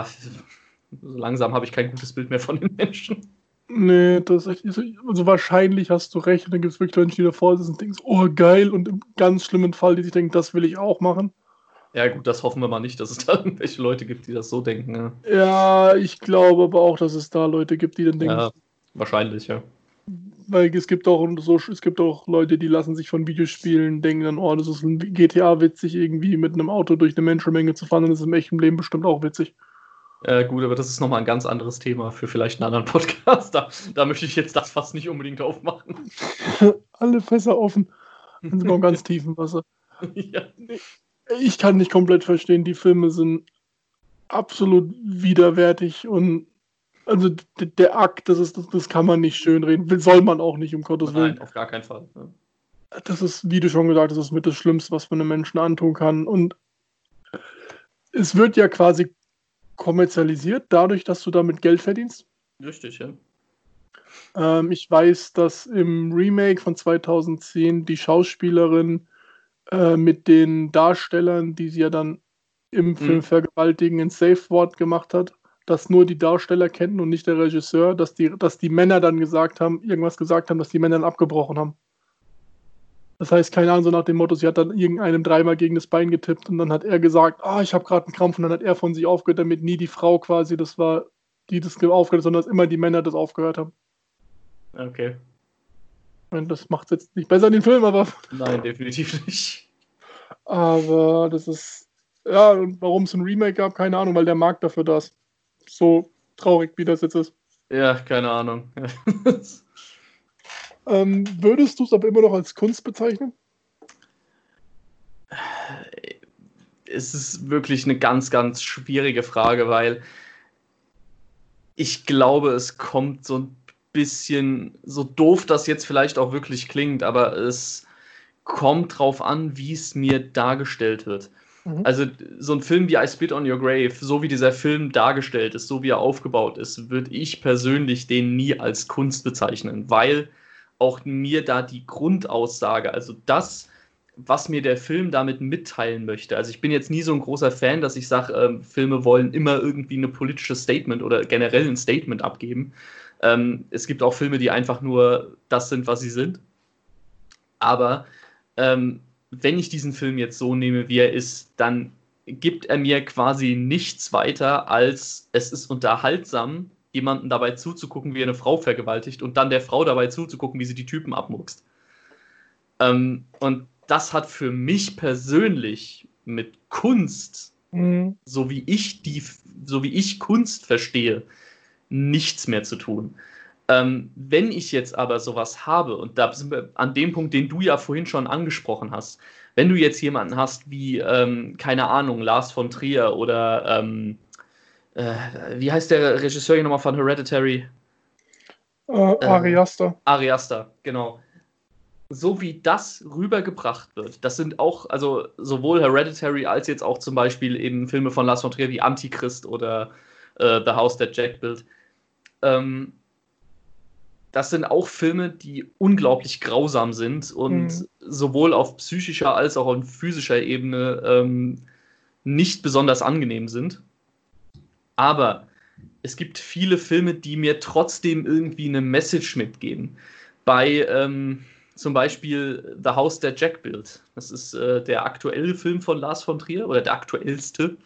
so langsam habe ich kein gutes Bild mehr von den Menschen. Nee, das ist echt, also wahrscheinlich hast du recht, und dann gibt es wirklich Leute, die davor sitzen und denken, oh geil, und im ganz schlimmen Fall, die sich denken, das will ich auch machen. Ja gut, das hoffen wir mal nicht, dass es da irgendwelche Leute gibt, die das so denken. Ja, ja ich glaube aber auch, dass es da Leute gibt, die dann denken... Ja, wahrscheinlich, ja. Weil es gibt auch so, es gibt auch Leute, die lassen sich von Videospielen denken dann, oh, das ist ein G T A witzig, irgendwie mit einem Auto durch eine Menschenmenge zu fahren, und das ist im echten Leben bestimmt auch witzig. Äh, gut, aber das ist nochmal ein ganz anderes Thema für vielleicht einen anderen Podcast. Da, da möchte ich jetzt das fast nicht unbedingt aufmachen. Alle Fässer offen. Dann sind wir im ganz tiefen Wasser. Ja. Ich kann nicht komplett verstehen, die Filme sind absolut widerwärtig und also d- der Akt, das, ist, das, das kann man nicht schönreden. Soll man auch nicht, um Gottes Willen. Nein, auf gar keinen Fall. Ja. Das ist, wie du schon gesagt hast, das ist mit das Schlimmste, was man einem Menschen antun kann. Und es wird ja quasi kommerzialisiert, dadurch, dass du damit Geld verdienst. Richtig, ja. Ähm, ich weiß, dass im Remake von zweitausendzehn die Schauspielerin äh, mit den Darstellern, die sie ja dann im Film mhm. vergewaltigen, ein Safe Word gemacht hat, das nur die Darsteller kennen und nicht der Regisseur, dass die, dass die Männer dann gesagt haben, irgendwas gesagt haben, dass die Männer dann abgebrochen haben. Das heißt, keine Ahnung, so nach dem Motto, sie hat dann irgendeinem dreimal gegen das Bein getippt und dann hat er gesagt, ah, oh, ich habe gerade einen Krampf, und dann hat er von sich aufgehört, damit nie die Frau quasi, das war, die das aufgehört hat, sondern dass immer die Männer das aufgehört haben. Okay. Und das macht es jetzt nicht besser, den Film, aber... Nein, definitiv nicht. Aber das ist... Ja, und warum es ein Remake gab, keine Ahnung, weil der Markt dafür da ist. So traurig, wie das jetzt ist. Ja, keine Ahnung. ähm, würdest du es aber immer noch als Kunst bezeichnen? Es ist wirklich eine ganz, ganz schwierige Frage, weil ich glaube, es kommt so ein bisschen, so doof das jetzt vielleicht auch wirklich klingt, aber es kommt drauf an, wie es mir dargestellt wird. Mhm. Also so ein Film wie I Spit on Your Grave, so wie dieser Film dargestellt ist, so wie er aufgebaut ist, würde ich persönlich den nie als Kunst bezeichnen, weil auch mir da die Grundaussage, also das, was mir der Film damit mitteilen möchte. Also ich bin jetzt nie so ein großer Fan, dass ich sage, ähm, Filme wollen immer irgendwie ein politisches Statement oder generell ein Statement abgeben. Ähm, es gibt auch Filme, die einfach nur das sind, was sie sind. Aber ähm, wenn ich diesen Film jetzt so nehme, wie er ist, dann gibt er mir quasi nichts weiter, als es ist unterhaltsam, jemanden dabei zuzugucken, wie er eine Frau vergewaltigt und dann der Frau dabei zuzugucken, wie sie die Typen abmuckst. Ähm, und das hat für mich persönlich mit Kunst, mhm. so wie ich die, so wie ich Kunst verstehe, nichts mehr zu tun. Ähm, wenn ich jetzt aber sowas habe, und da sind wir an dem Punkt, den du ja vorhin schon angesprochen hast, wenn du jetzt jemanden hast wie, ähm, keine Ahnung, Lars von Trier oder ähm, äh, wie heißt der Regisseur hier nochmal von Hereditary? Äh, Ari Äh, Aster. Ari Aster, genau. So wie das rübergebracht wird, das sind auch, also sowohl Hereditary als jetzt auch zum Beispiel eben Filme von Lars von Trier wie Antichrist oder äh, The House That Jack Built. Ähm, das sind auch Filme, die unglaublich grausam sind und Mhm. sowohl auf psychischer als auch auf physischer Ebene ähm, nicht besonders angenehm sind. Aber es gibt viele Filme, die mir trotzdem irgendwie eine Message mitgeben. Bei ähm, zum Beispiel The House That Jack Built. Das ist äh, der aktuelle Film von Lars von Trier oder der aktuellste.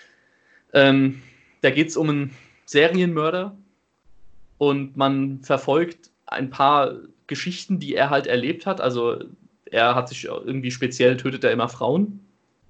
Ähm, da geht es um einen Serienmörder und man verfolgt ein paar Geschichten, die er halt erlebt hat. Also er hat sich irgendwie speziell, tötet er immer Frauen.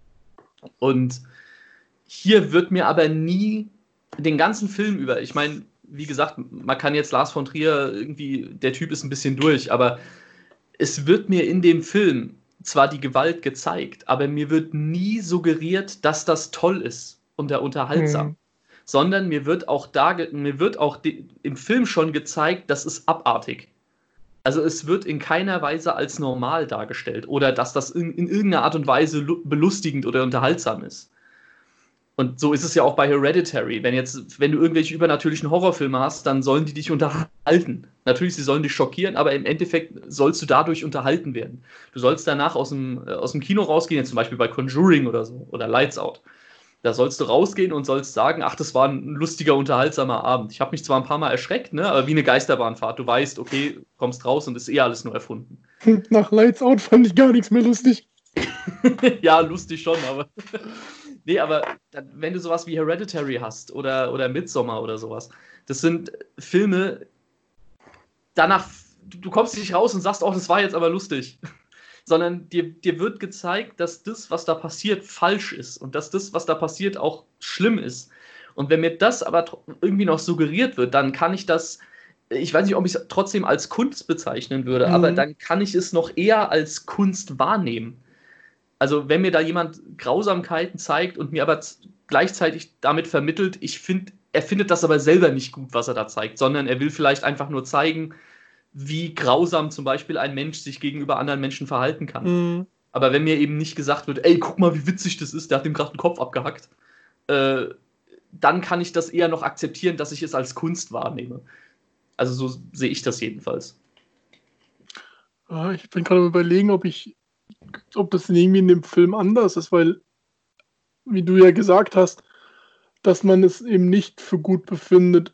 Und hier wird mir aber nie den ganzen Film über, ich meine, wie gesagt, man kann jetzt Lars von Trier irgendwie, der Typ ist ein bisschen durch, aber es wird mir in dem Film zwar die Gewalt gezeigt, aber mir wird nie suggeriert, dass das toll ist und der unterhaltsam. Mhm. Sondern mir wird auch da, mir wird auch de, im Film schon gezeigt, das ist abartig. Also es wird in keiner Weise als normal dargestellt oder dass das in, in irgendeiner Art und Weise belustigend oder unterhaltsam ist. Und so ist es ja auch bei Hereditary. Wenn jetzt, wenn du irgendwelche übernatürlichen Horrorfilme hast, dann sollen die dich unterhalten. Natürlich, sie sollen dich schockieren, aber im Endeffekt sollst du dadurch unterhalten werden. Du sollst danach aus dem, äh, aus dem Kino rausgehen, jetzt zum Beispiel bei Conjuring oder so, oder Lights Out. Da sollst du rausgehen und sollst sagen, ach, das war ein lustiger, unterhaltsamer Abend. Ich habe mich zwar ein paar Mal erschreckt, ne, aber wie eine Geisterbahnfahrt. Du weißt, okay, kommst raus und ist eh alles nur erfunden. Nach Lights Out fand ich gar nichts mehr lustig. Ja, lustig schon, aber. Nee, aber wenn du sowas wie Hereditary hast oder, oder Midsommar oder sowas, das sind Filme, danach, du kommst nicht raus und sagst, oh, das war jetzt aber lustig. Sondern dir, dir wird gezeigt, dass das, was da passiert, falsch ist und dass das, was da passiert, auch schlimm ist. Und wenn mir das aber irgendwie noch suggeriert wird, dann kann ich das, ich weiß nicht, ob ich es trotzdem als Kunst bezeichnen würde, mhm. aber dann kann ich es noch eher als Kunst wahrnehmen. Also wenn mir da jemand Grausamkeiten zeigt und mir aber gleichzeitig damit vermittelt, ich finde, er findet das aber selber nicht gut, was er da zeigt, sondern er will vielleicht einfach nur zeigen, wie grausam zum Beispiel ein Mensch sich gegenüber anderen Menschen verhalten kann. Mhm. Aber wenn mir eben nicht gesagt wird, ey, guck mal, wie witzig das ist, der hat dem gerade den Kopf abgehackt, äh, dann kann ich das eher noch akzeptieren, dass ich es als Kunst wahrnehme. Also so sehe ich das jedenfalls. Ich bin gerade überlegen, ob ich ob das irgendwie in dem Film anders ist, weil, wie du ja gesagt hast, dass man es eben nicht für gut befindet.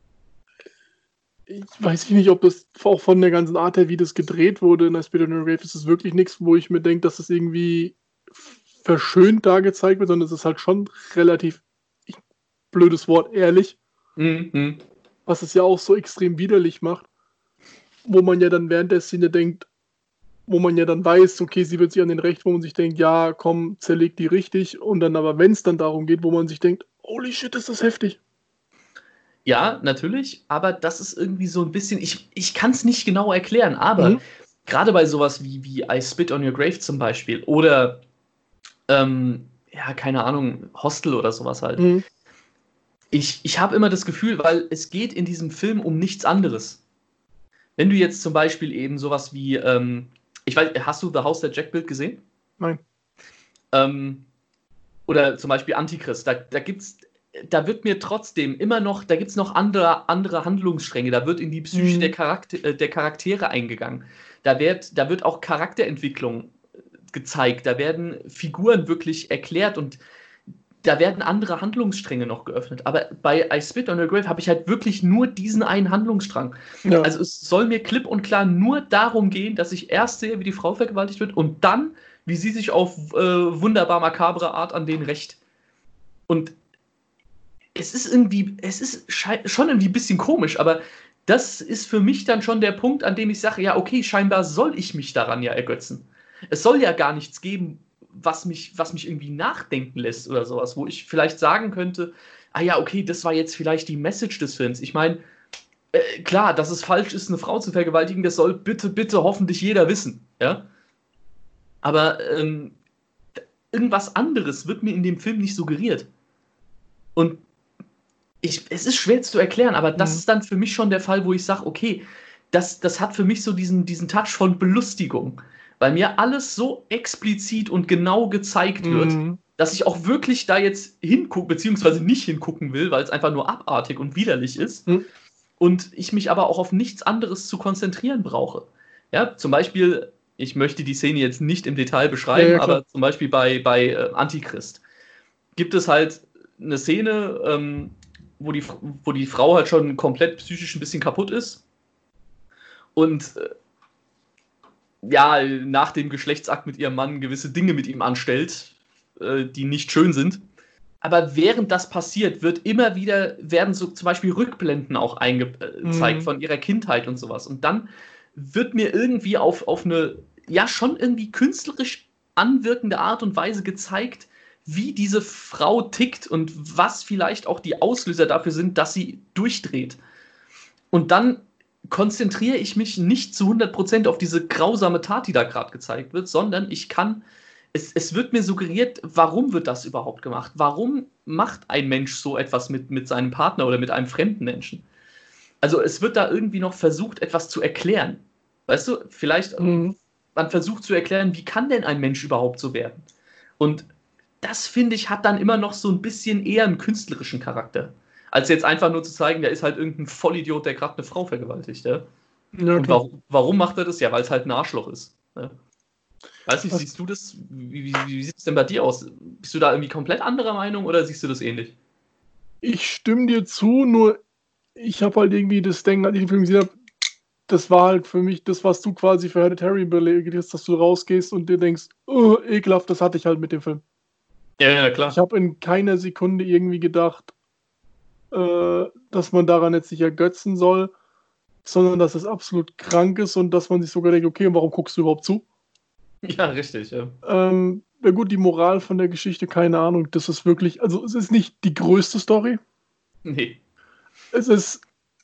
Ich weiß nicht, ob das auch von der ganzen Art her, wie das gedreht wurde in I Spit on Your Grave, ist es wirklich nichts, wo ich mir denke, dass es irgendwie verschönt da gezeigt wird, sondern es ist halt schon relativ, ich, blödes Wort, ehrlich. Mhm. Was es ja auch so extrem widerlich macht, wo man ja dann während der Szene denkt, wo man ja dann weiß, okay, sie wird sich an den Recht, wo man sich denkt, ja, komm, zerleg die richtig. Und dann aber, wenn es dann darum geht, wo man sich denkt, holy shit, ist das heftig. Ja, natürlich, aber das ist irgendwie so ein bisschen, ich, ich kann es nicht genau erklären, aber mhm. gerade bei sowas wie, wie I Spit on Your Grave zum Beispiel oder, ähm, ja, keine Ahnung, Hostel oder sowas halt. Mhm. Ich, ich habe immer das Gefühl, weil es geht in diesem Film um nichts anderes. Wenn du jetzt zum Beispiel eben sowas wie, ähm, ich weiß, hast du The House That Jack Built gesehen? Nein. Ähm, oder zum Beispiel Antichrist, da, da gibt's, da wird mir trotzdem immer noch, da gibt es noch andere, andere Handlungsstränge, da wird in die Psyche mhm. der, Charakter, der Charaktere eingegangen. Da wird, da wird auch Charakterentwicklung gezeigt, da werden Figuren wirklich erklärt und da werden andere Handlungsstränge noch geöffnet. Aber bei I Spit on Your Grave habe ich halt wirklich nur diesen einen Handlungsstrang. Ja. Also es soll mir klipp und klar nur darum gehen, dass ich erst sehe, wie die Frau vergewaltigt wird und dann, wie sie sich auf äh, wunderbar makabre Art an den rächt. Und es ist irgendwie, es ist schon irgendwie ein bisschen komisch, aber das ist für mich dann schon der Punkt, an dem ich sage, ja okay, scheinbar soll ich mich daran ja ergötzen. Es soll ja gar nichts geben, was mich, was mich irgendwie nachdenken lässt oder sowas, wo ich vielleicht sagen könnte, ah ja, okay, das war jetzt vielleicht die Message des Films. Ich meine, äh, klar, dass es falsch ist, eine Frau zu vergewaltigen, das soll bitte, bitte hoffentlich jeder wissen, ja. Aber ähm, irgendwas anderes wird mir in dem Film nicht suggeriert. Und ich, es ist schwer zu erklären, aber das Mhm. ist dann für mich schon der Fall, wo ich sage, okay, das, das hat für mich so diesen, diesen Touch von Belustigung, weil mir alles so explizit und genau gezeigt wird, Mhm. dass ich auch wirklich da jetzt hingucke, beziehungsweise nicht hingucken will, weil es einfach nur abartig und widerlich ist. Mhm. Und ich mich aber auch auf nichts anderes zu konzentrieren brauche. Ja, zum Beispiel, ich möchte die Szene jetzt nicht im Detail beschreiben, Ja, ja, klar. aber zum Beispiel bei, bei äh, Antichrist gibt es halt eine Szene, ähm, wo, die, wo die Frau halt schon komplett psychisch ein bisschen kaputt ist und äh, ja, nach dem Geschlechtsakt mit ihrem Mann gewisse Dinge mit ihm anstellt, äh, die nicht schön sind. Aber während das passiert, wird immer wieder, werden so zum Beispiel Rückblenden auch eingezeigt Mhm. von ihrer Kindheit und sowas. Und dann wird mir irgendwie auf, auf eine, ja, schon irgendwie künstlerisch anwirkende Art und Weise gezeigt, wie diese Frau tickt und was vielleicht auch die Auslöser dafür sind, dass sie durchdreht. Und dann konzentriere ich mich nicht zu hundert Prozent auf diese grausame Tat, die da gerade gezeigt wird, sondern ich kann es, es wird mir suggeriert, warum wird das überhaupt gemacht? Warum macht ein Mensch so etwas mit, mit seinem Partner oder mit einem fremden Menschen? Also es wird da irgendwie noch versucht, etwas zu erklären. Weißt du, vielleicht Mhm. man versucht zu erklären, wie kann denn ein Mensch überhaupt so werden? Und das, finde ich, hat dann immer noch so ein bisschen eher einen künstlerischen Charakter. Als jetzt einfach nur zu zeigen, der ist halt irgendein Vollidiot, der gerade eine Frau vergewaltigt. Ja? Ja, Und klar. warum, warum macht er das? Ja, weil es halt ein Arschloch ist. Ja? Weiß nicht, Was, siehst du das? Wie, wie, wie sieht es denn bei dir aus? Bist du da irgendwie komplett anderer Meinung oder siehst du das ähnlich? ich stimme dir zu, nur ich habe halt irgendwie das Denken, als ich den Film gesehen habe, das war halt für mich das, was du quasi für Hereditary belegt hast, dass du rausgehst und dir denkst, oh, ekelhaft, das hatte ich halt mit dem Film. Ja, ja, Ich klar. habe in keiner Sekunde irgendwie gedacht, äh, dass man daran jetzt sich ergötzen soll, sondern dass es absolut krank ist und dass man sich sogar denkt, okay, warum guckst du überhaupt zu? Ja, richtig. Ja. Ähm, na gut, die Moral von der Geschichte, keine Ahnung. Das ist wirklich, also es ist nicht die größte Story. Nee. Es ist,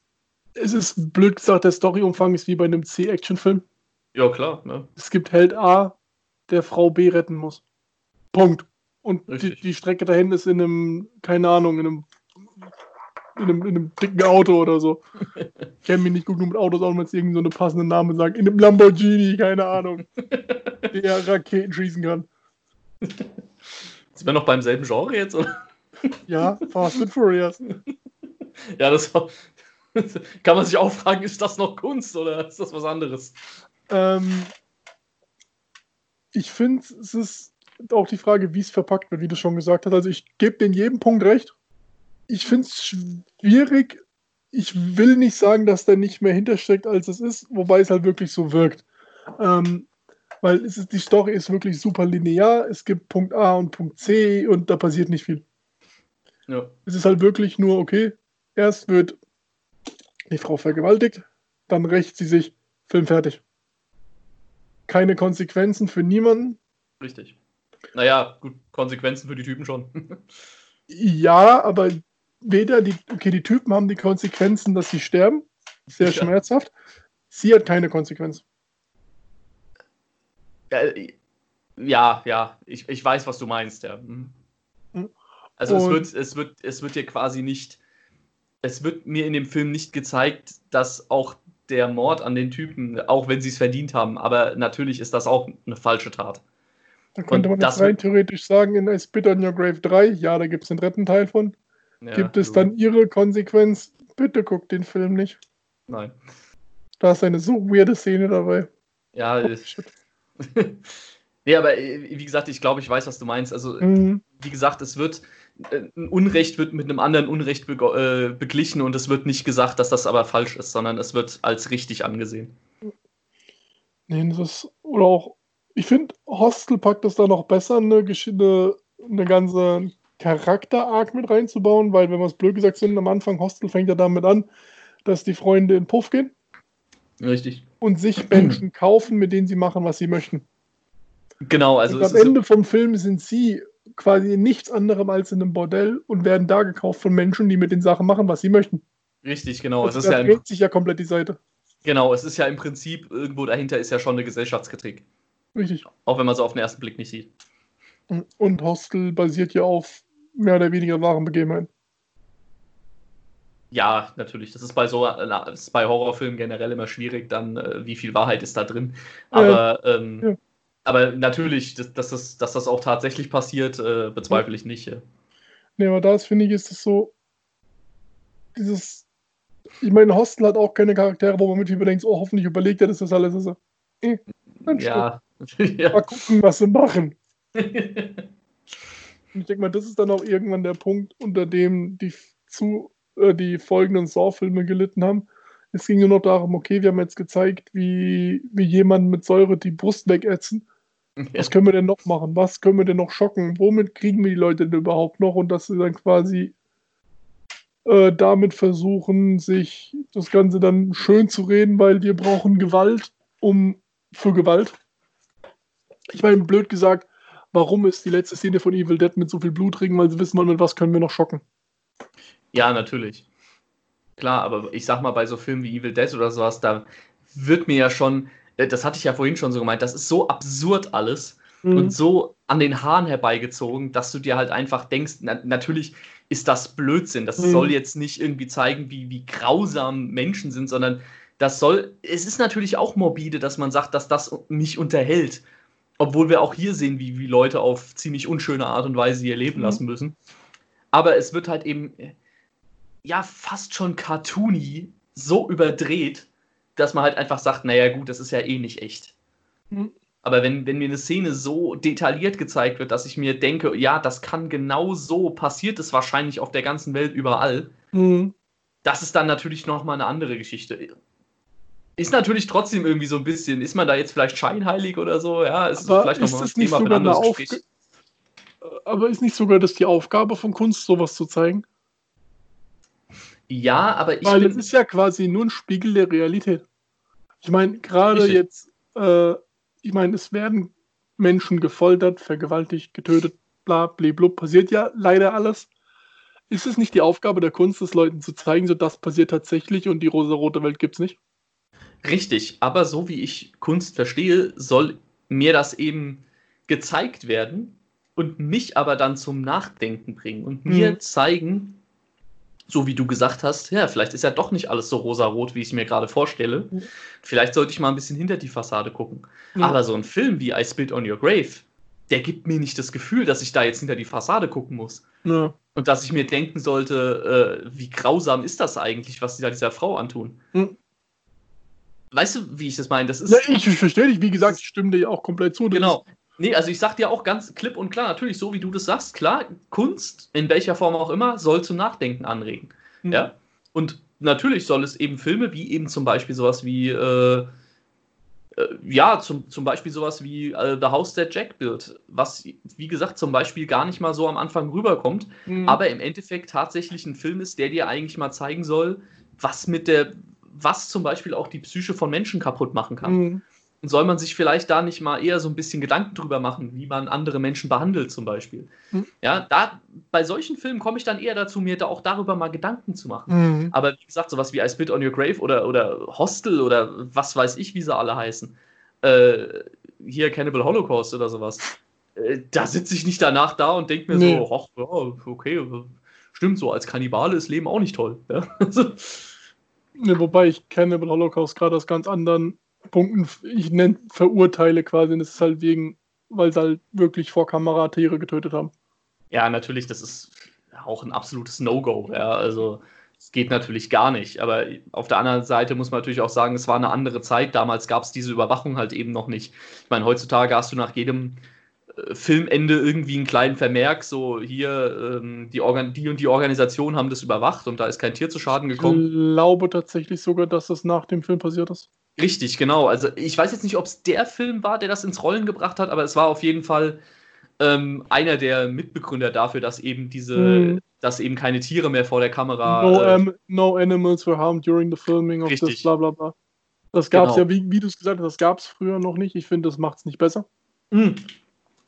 es ist blöd gesagt, der Storyumfang ist wie bei einem C-Action-Film. Ja, klar. Ja. Es gibt Held A, der Frau B retten muss. Punkt. Und die, Richtig. die Strecke dahin ist in einem, keine Ahnung, in einem, in einem, in einem dicken Auto oder so. Ich kenne mich nicht gut genug mit Autos, auch wenn es irgend so eine passende Name sagt. In einem Lamborghini, keine Ahnung, der Raketen schießen kann. Sind wir noch beim selben Genre jetzt? Oder? Ja, Fast and Furious. Ja, das war, kann man sich auch fragen, ist das noch Kunst oder ist das was anderes? Ähm, ich finde, es ist auch die Frage, wie es verpackt wird, wie du schon gesagt hast. Also ich gebe dir in jedem Punkt recht. Ich finde es schwierig. Ich will nicht sagen, dass da nicht mehr hintersteckt, als es ist, wobei es halt wirklich so wirkt. Ähm, weil es ist, die Story ist wirklich super linear. Es gibt Punkt A und Punkt C und da passiert nicht viel. Ja. Es ist halt wirklich nur, okay, erst wird die Frau vergewaltigt, dann rächt sie sich, Film fertig. Keine Konsequenzen für niemanden. Richtig. Naja, gut, Konsequenzen für die Typen schon. Ja, aber weder die, okay, die Typen haben die Konsequenzen, dass sie sterben. Sehr Ja. schmerzhaft. Sie hat keine Konsequenz. Ja, ja, ich, ich weiß, was du meinst, ja. Mhm. Also es wird, es wird, es wird dir quasi nicht, es wird mir in dem Film nicht gezeigt, dass auch der Mord an den Typen, auch wenn sie es verdient haben, aber natürlich ist das auch eine falsche Tat. Da könnte Und man jetzt das rein wird, theoretisch sagen, in I Spit on Your Grave drei, ja, da gibt es den dritten Teil von. ja, Gibt es du, dann ihre Konsequenz? Bitte guck den Film nicht. nein. Da ist eine so weirde Szene dabei. Ja, Oh, ist, shit. nee, aber wie gesagt, ich glaube, ich weiß, was du meinst. Also, Mhm. wie gesagt, es wird, ein Unrecht wird mit einem anderen Unrecht be äh, beglichen und es wird nicht gesagt, dass das aber falsch ist, sondern es wird als richtig angesehen. Nee, das ist, oder auch, ich finde, Hostel packt es da noch besser, eine, eine, eine ganze Charakter-Arc mit reinzubauen, weil, wenn wir es blöd gesagt sind, am Anfang, Hostel fängt ja damit an, dass die Freunde in Puff gehen Richtig. und sich Menschen kaufen, mit denen sie machen, was sie möchten. Genau, also Und es am ist Ende vom Film sind sie quasi in nichts anderem als in einem Bordell und werden da gekauft von Menschen, die mit den Sachen machen, was sie möchten. Richtig, genau. Also Es ist da ja im, dreht sich ja komplett die Seite. genau, es ist ja im Prinzip, irgendwo dahinter ist ja schon eine Gesellschaftskritik. Richtig. Auch wenn man es auf den ersten Blick nicht sieht. Und Hostel basiert ja auf mehr oder weniger wahren Begebenheiten. Ja, natürlich. Das ist bei so das ist bei Horrorfilmen generell immer schwierig, dann, äh, wie viel Wahrheit ist da drin. Aber, äh, ähm, ja. aber natürlich, dass, dass, das, dass das auch tatsächlich passiert, äh, bezweifle ich nicht. Ja. Nee, aber da finde ich, ist es so, dieses, ich meine, Hostel hat auch keine Charaktere, wo man mit überdenkt, oh, hoffentlich überlegt er, dass das alles ist. Eh, ja. ja. Mal gucken, was sie machen. Und ich denke mal, das ist dann auch irgendwann der Punkt, unter dem die, zu, äh, die folgenden Saw-Filme gelitten haben. Es ging nur noch darum, okay, wir haben jetzt gezeigt, wie, wie jemand mit Säure die Brust wegätzen. Ja. Was können wir denn noch machen? Was können wir denn noch schocken? Womit kriegen wir die Leute denn überhaupt noch? Und dass sie dann quasi äh, damit versuchen, sich das Ganze dann schön zu reden, weil wir brauchen Gewalt um für Gewalt. Ich meine, blöd gesagt, warum ist die letzte Szene von Evil Dead mit so viel Blutringen, weil sie wissen wollen, mit was können wir noch schocken. Ja, natürlich. Klar, aber ich sag mal, bei so Filmen wie Evil Dead oder sowas, da wird mir ja schon, das hatte ich ja vorhin schon so gemeint, das ist so absurd alles mhm. und so an den Haaren herbeigezogen, dass du dir halt einfach denkst, na, natürlich ist das Blödsinn. Das mhm. soll jetzt nicht irgendwie zeigen, wie, wie grausam Menschen sind, sondern das soll, es ist natürlich auch morbide, dass man sagt, dass das mich unterhält. Obwohl wir auch hier sehen, wie, wie Leute auf ziemlich unschöne Art und Weise ihr Leben mhm. lassen müssen. Aber es wird halt eben, ja, fast schon cartoony, so überdreht, dass man halt einfach sagt, naja gut, das ist ja eh nicht echt. Mhm. Aber wenn, wenn mir eine Szene so detailliert gezeigt wird, dass ich mir denke, ja, das kann genau so, passiert es wahrscheinlich auf der ganzen Welt überall, mhm. das ist dann natürlich nochmal eine andere Geschichte. Ist natürlich trotzdem irgendwie so ein bisschen, ist man da jetzt vielleicht scheinheilig oder so? Ja, ist aber vielleicht nochmal ein Thema für ein anderes Gespräch. Aber ist nicht sogar das die Aufgabe von Kunst, sowas zu zeigen? Ja, aber ich Weil bin, es ist ja quasi nur ein Spiegel der Realität. Ich meine, gerade jetzt, äh, ich meine, es werden Menschen gefoltert, vergewaltigt, getötet, bla, blub, passiert ja leider alles. Ist es nicht die Aufgabe der Kunst, es Leuten zu zeigen, so das passiert tatsächlich und die rosa-rote Welt gibt's nicht? Richtig, aber so wie ich Kunst verstehe, soll mir das eben gezeigt werden und mich aber dann zum Nachdenken bringen und mir mhm. zeigen, so wie du gesagt hast, ja, vielleicht ist ja doch nicht alles so rosarot, wie ich es mir gerade vorstelle. Mhm. Vielleicht sollte ich mal ein bisschen hinter die Fassade gucken. Mhm. Aber so ein Film wie I Spit on Your Grave, der gibt mir nicht das Gefühl, dass ich da jetzt hinter die Fassade gucken muss. Ja. Und dass ich mir denken sollte, äh, wie grausam ist das eigentlich, was sie da dieser Frau antun. Mhm. Weißt du, wie ich das meine? Das ist, ja, ich verstehe dich. Wie gesagt, ich stimme dir auch komplett zu. Genau. Nee, also ich sag dir auch ganz klipp und klar, natürlich, so wie du das sagst, klar, Kunst, in welcher Form auch immer, soll zum Nachdenken anregen. Mhm. Ja? Und natürlich soll es eben Filme wie eben zum Beispiel sowas wie, äh, äh, ja, zum, zum Beispiel sowas wie äh, The House That Jack Built, was, wie gesagt, zum Beispiel gar nicht mal so am Anfang rüberkommt, mhm. aber im Endeffekt tatsächlich ein Film ist, der dir eigentlich mal zeigen soll, was mit der, was zum Beispiel auch die Psyche von Menschen kaputt machen kann. Mhm. Und soll man sich vielleicht da nicht mal eher so ein bisschen Gedanken drüber machen, wie man andere Menschen behandelt zum Beispiel. Mhm. Ja, da, bei solchen Filmen komme ich dann eher dazu, mir da auch darüber mal Gedanken zu machen. Mhm. Aber wie gesagt, sowas wie I Spit on Your Grave oder, oder Hostel oder was weiß ich, wie sie alle heißen, äh, hier Cannibal Holocaust oder sowas, äh, da sitze ich nicht danach da und denke mir nee. so, ach, ja, okay, stimmt so, als Kannibale ist Leben auch nicht toll. Ja? Nee, wobei ich Cannibal Holocaust gerade aus ganz anderen Punkten, ich nenne verurteile quasi, und das ist halt wegen, weil sie halt wirklich vor Kamera Tiere getötet haben. Ja, natürlich, das ist auch ein absolutes No-Go, ja, also es geht natürlich gar nicht, aber auf der anderen Seite muss man natürlich auch sagen, es war eine andere Zeit, damals gab es diese Überwachung halt eben noch nicht. Ich meine, heutzutage hast du nach jedem äh, Filmende irgendwie einen kleinen Vermerk, so hier, ähm, die, Organ- die und die Organisation haben das überwacht und da ist kein Tier zu Schaden gekommen. Ich glaube tatsächlich sogar, dass das nach dem Film passiert ist. Richtig, genau. Also ich weiß jetzt nicht, ob es der Film war, der das ins Rollen gebracht hat, aber es war auf jeden Fall ähm, einer der Mitbegründer dafür, dass eben diese, hm. dass eben keine Tiere mehr vor der Kamera. No, äh, um, no animals were harmed during the filming of richtig. this, bla bla bla. Das gab es genau. ja, wie, wie du es gesagt hast, das gab es früher noch nicht. Ich finde, das macht es nicht besser. Mhm.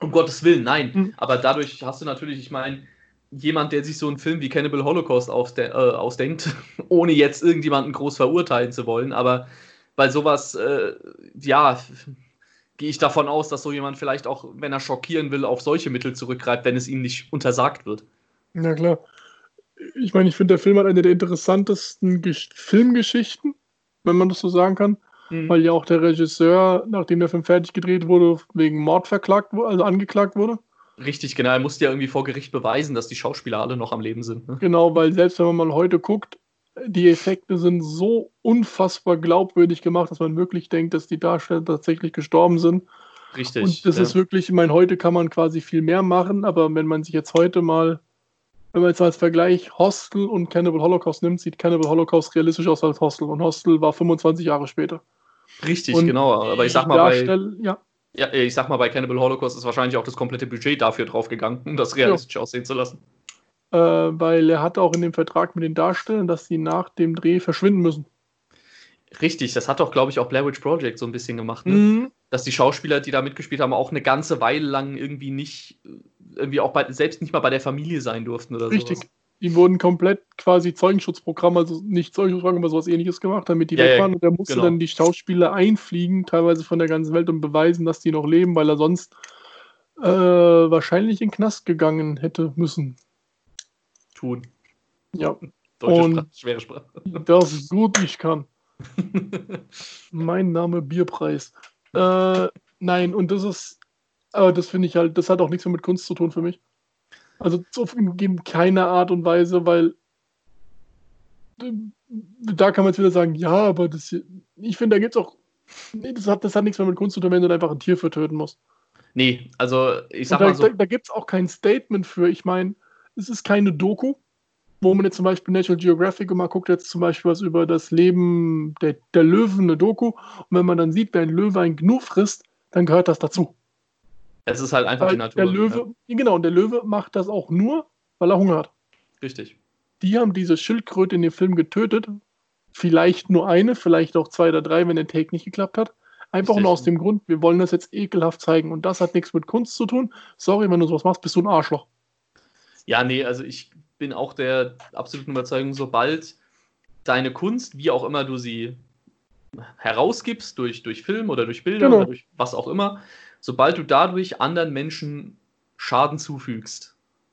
Um Gottes Willen, nein. Mhm. Aber dadurch hast du natürlich, ich meine, jemand, der sich so einen Film wie Cannibal Holocaust ausde- äh, ausdenkt, ohne jetzt irgendjemanden groß verurteilen zu wollen, aber bei sowas, äh, ja, gehe ich davon aus, dass so jemand vielleicht auch, wenn er schockieren will, auf solche Mittel zurückgreift, wenn es ihm nicht untersagt wird. Ja, klar. Ich meine, ich finde, der Film hat eine der interessantesten Gesch- Filmgeschichten, wenn man das so sagen kann, Mhm. weil ja auch der Regisseur, nachdem der Film fertig gedreht wurde, wegen Mord verklagt wurde, also angeklagt wurde. Richtig, genau. Er musste ja irgendwie vor Gericht beweisen, dass die Schauspieler alle noch am Leben sind. Ne? Genau, weil selbst wenn man mal heute guckt, die Effekte sind so unfassbar glaubwürdig gemacht, dass man wirklich denkt, dass die Darsteller tatsächlich gestorben sind. Richtig. Und das ja. ist wirklich, ich meine, heute kann man quasi viel mehr machen, aber wenn man sich jetzt heute mal, wenn man jetzt als Vergleich Hostel und Cannibal Holocaust nimmt, sieht Cannibal Holocaust realistisch aus als Hostel. Und Hostel war fünfundzwanzig Jahre später. Richtig, Und genau. Aber ich sag die mal, bei, Darsteller, ja, ja, ich sag mal, bei Cannibal Holocaust ist wahrscheinlich auch das komplette Budget dafür draufgegangen, um das realistisch aussehen zu lassen. äh, weil er hatte auch in dem Vertrag mit den Darstellern, dass sie nach dem Dreh verschwinden müssen. Richtig, das hat doch, glaube ich, auch Blair Witch Project so ein bisschen gemacht, ne? Mhm. Dass die Schauspieler, die da mitgespielt haben, auch eine ganze Weile lang irgendwie nicht, irgendwie auch bei, selbst nicht mal bei der Familie sein durften oder Richtig. sowas. Die wurden komplett quasi Zeugenschutzprogramm, also nicht Zeugenschutzprogramm, aber sowas ähnliches gemacht, damit die Ja, weg ja, waren. Und der musste genau. dann die Schauspieler einfliegen, teilweise von der ganzen Welt, und beweisen, dass die noch leben, weil er sonst äh, wahrscheinlich in den Knast gegangen hätte müssen. Tun. Ja. Deutsche Und Sprache, schwere Sprache. das gut ich kann. Mein Name Bierpreis. Äh, nein, und das ist, aber das finde ich halt, das hat auch nichts mehr mit Kunst zu tun für mich. Also so in keiner Art und Weise, weil äh, da kann man jetzt wieder sagen, ja, aber das, hier- ich finde, da gibt es auch, nee, das hat, das hat nichts mehr mit Kunst zu tun, wenn du einfach ein Tier für töten musst. Nee, also ich Und sag da, mal so, da, da gibt es auch kein Statement für. Ich meine, es ist keine Doku, wo man jetzt zum Beispiel National Geographic und man guckt jetzt zum Beispiel was über das Leben der, der Löwen, eine Doku. Und wenn man dann sieht, wie ein Löwe ein Gnu frisst, dann gehört das dazu. es ist halt einfach die Weil der Natur. Löwe, genau, und der Löwe macht das auch nur, weil er Hunger hat. Ja, richtig. Die haben diese Schildkröte in dem Film getötet. Vielleicht nur eine, vielleicht auch zwei oder drei, wenn der Take nicht geklappt hat. Einfach nur aus Richtig. dem Grund, wir wollen das jetzt ekelhaft zeigen. Und das hat nichts mit Kunst zu tun. Sorry, wenn du sowas machst, bist du ein Arschloch. Ja, nee, also ich bin auch der absoluten Überzeugung, sobald deine Kunst, wie auch immer du sie herausgibst, durch, durch Film oder durch Bilder Genau. oder durch was auch immer, sobald du dadurch anderen Menschen Schaden zufügst,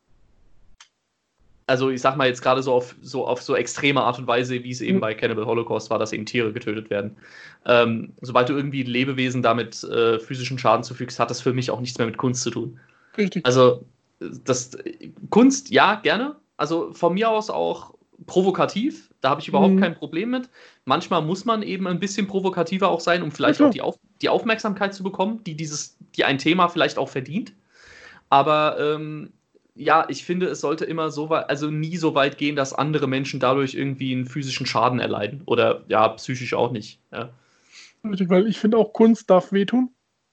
also ich sag mal jetzt gerade so auf, so auf so extreme Art und Weise, wie es eben Mhm. bei Cannibal Holocaust war, dass eben Tiere getötet werden. Ähm, sobald du irgendwie Lebewesen damit äh, physischen Schaden zufügst, hat das für mich auch nichts mehr mit Kunst zu tun. Richtig. Also das Kunst, ja, gerne. Also von mir aus auch provokativ, da habe ich überhaupt Mhm. kein Problem mit. Manchmal muss man eben ein bisschen provokativer auch sein, um vielleicht Ja, auch die, Auf die Aufmerksamkeit zu bekommen, die dieses, die ein Thema vielleicht auch verdient. Aber ähm, ja, ich finde, es sollte immer so weit, also nie so weit gehen, dass andere Menschen dadurch irgendwie einen physischen Schaden erleiden. Oder ja, psychisch auch nicht. Ja, richtig, weil ich finde auch, Kunst darf wehtun.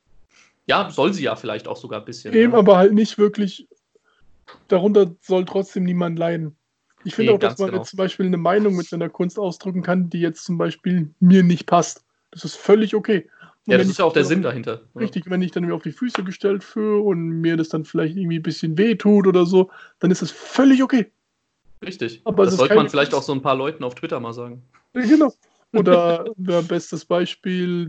ja, soll sie ja vielleicht auch sogar ein bisschen. Eben, Ja. aber halt nicht wirklich, darunter soll trotzdem niemand leiden. Ich finde Nee, auch, dass ganz man genau. jetzt zum Beispiel eine Meinung mit seiner Kunst ausdrücken kann, die jetzt zum Beispiel mir nicht passt. Das ist völlig okay. Und Ja, das wenn ist ich ja auch der dann Sinn auf- dahinter. Ja. Richtig, wenn ich dann mir auf die Füße gestellt fühle und mir das dann vielleicht irgendwie ein bisschen wehtut oder so, dann ist das völlig okay. Richtig. Aber es Das ist sollte man keine vielleicht auch Kunst. so ein paar Leuten auf Twitter mal sagen. Ja, genau. Oder der bestes Beispiel,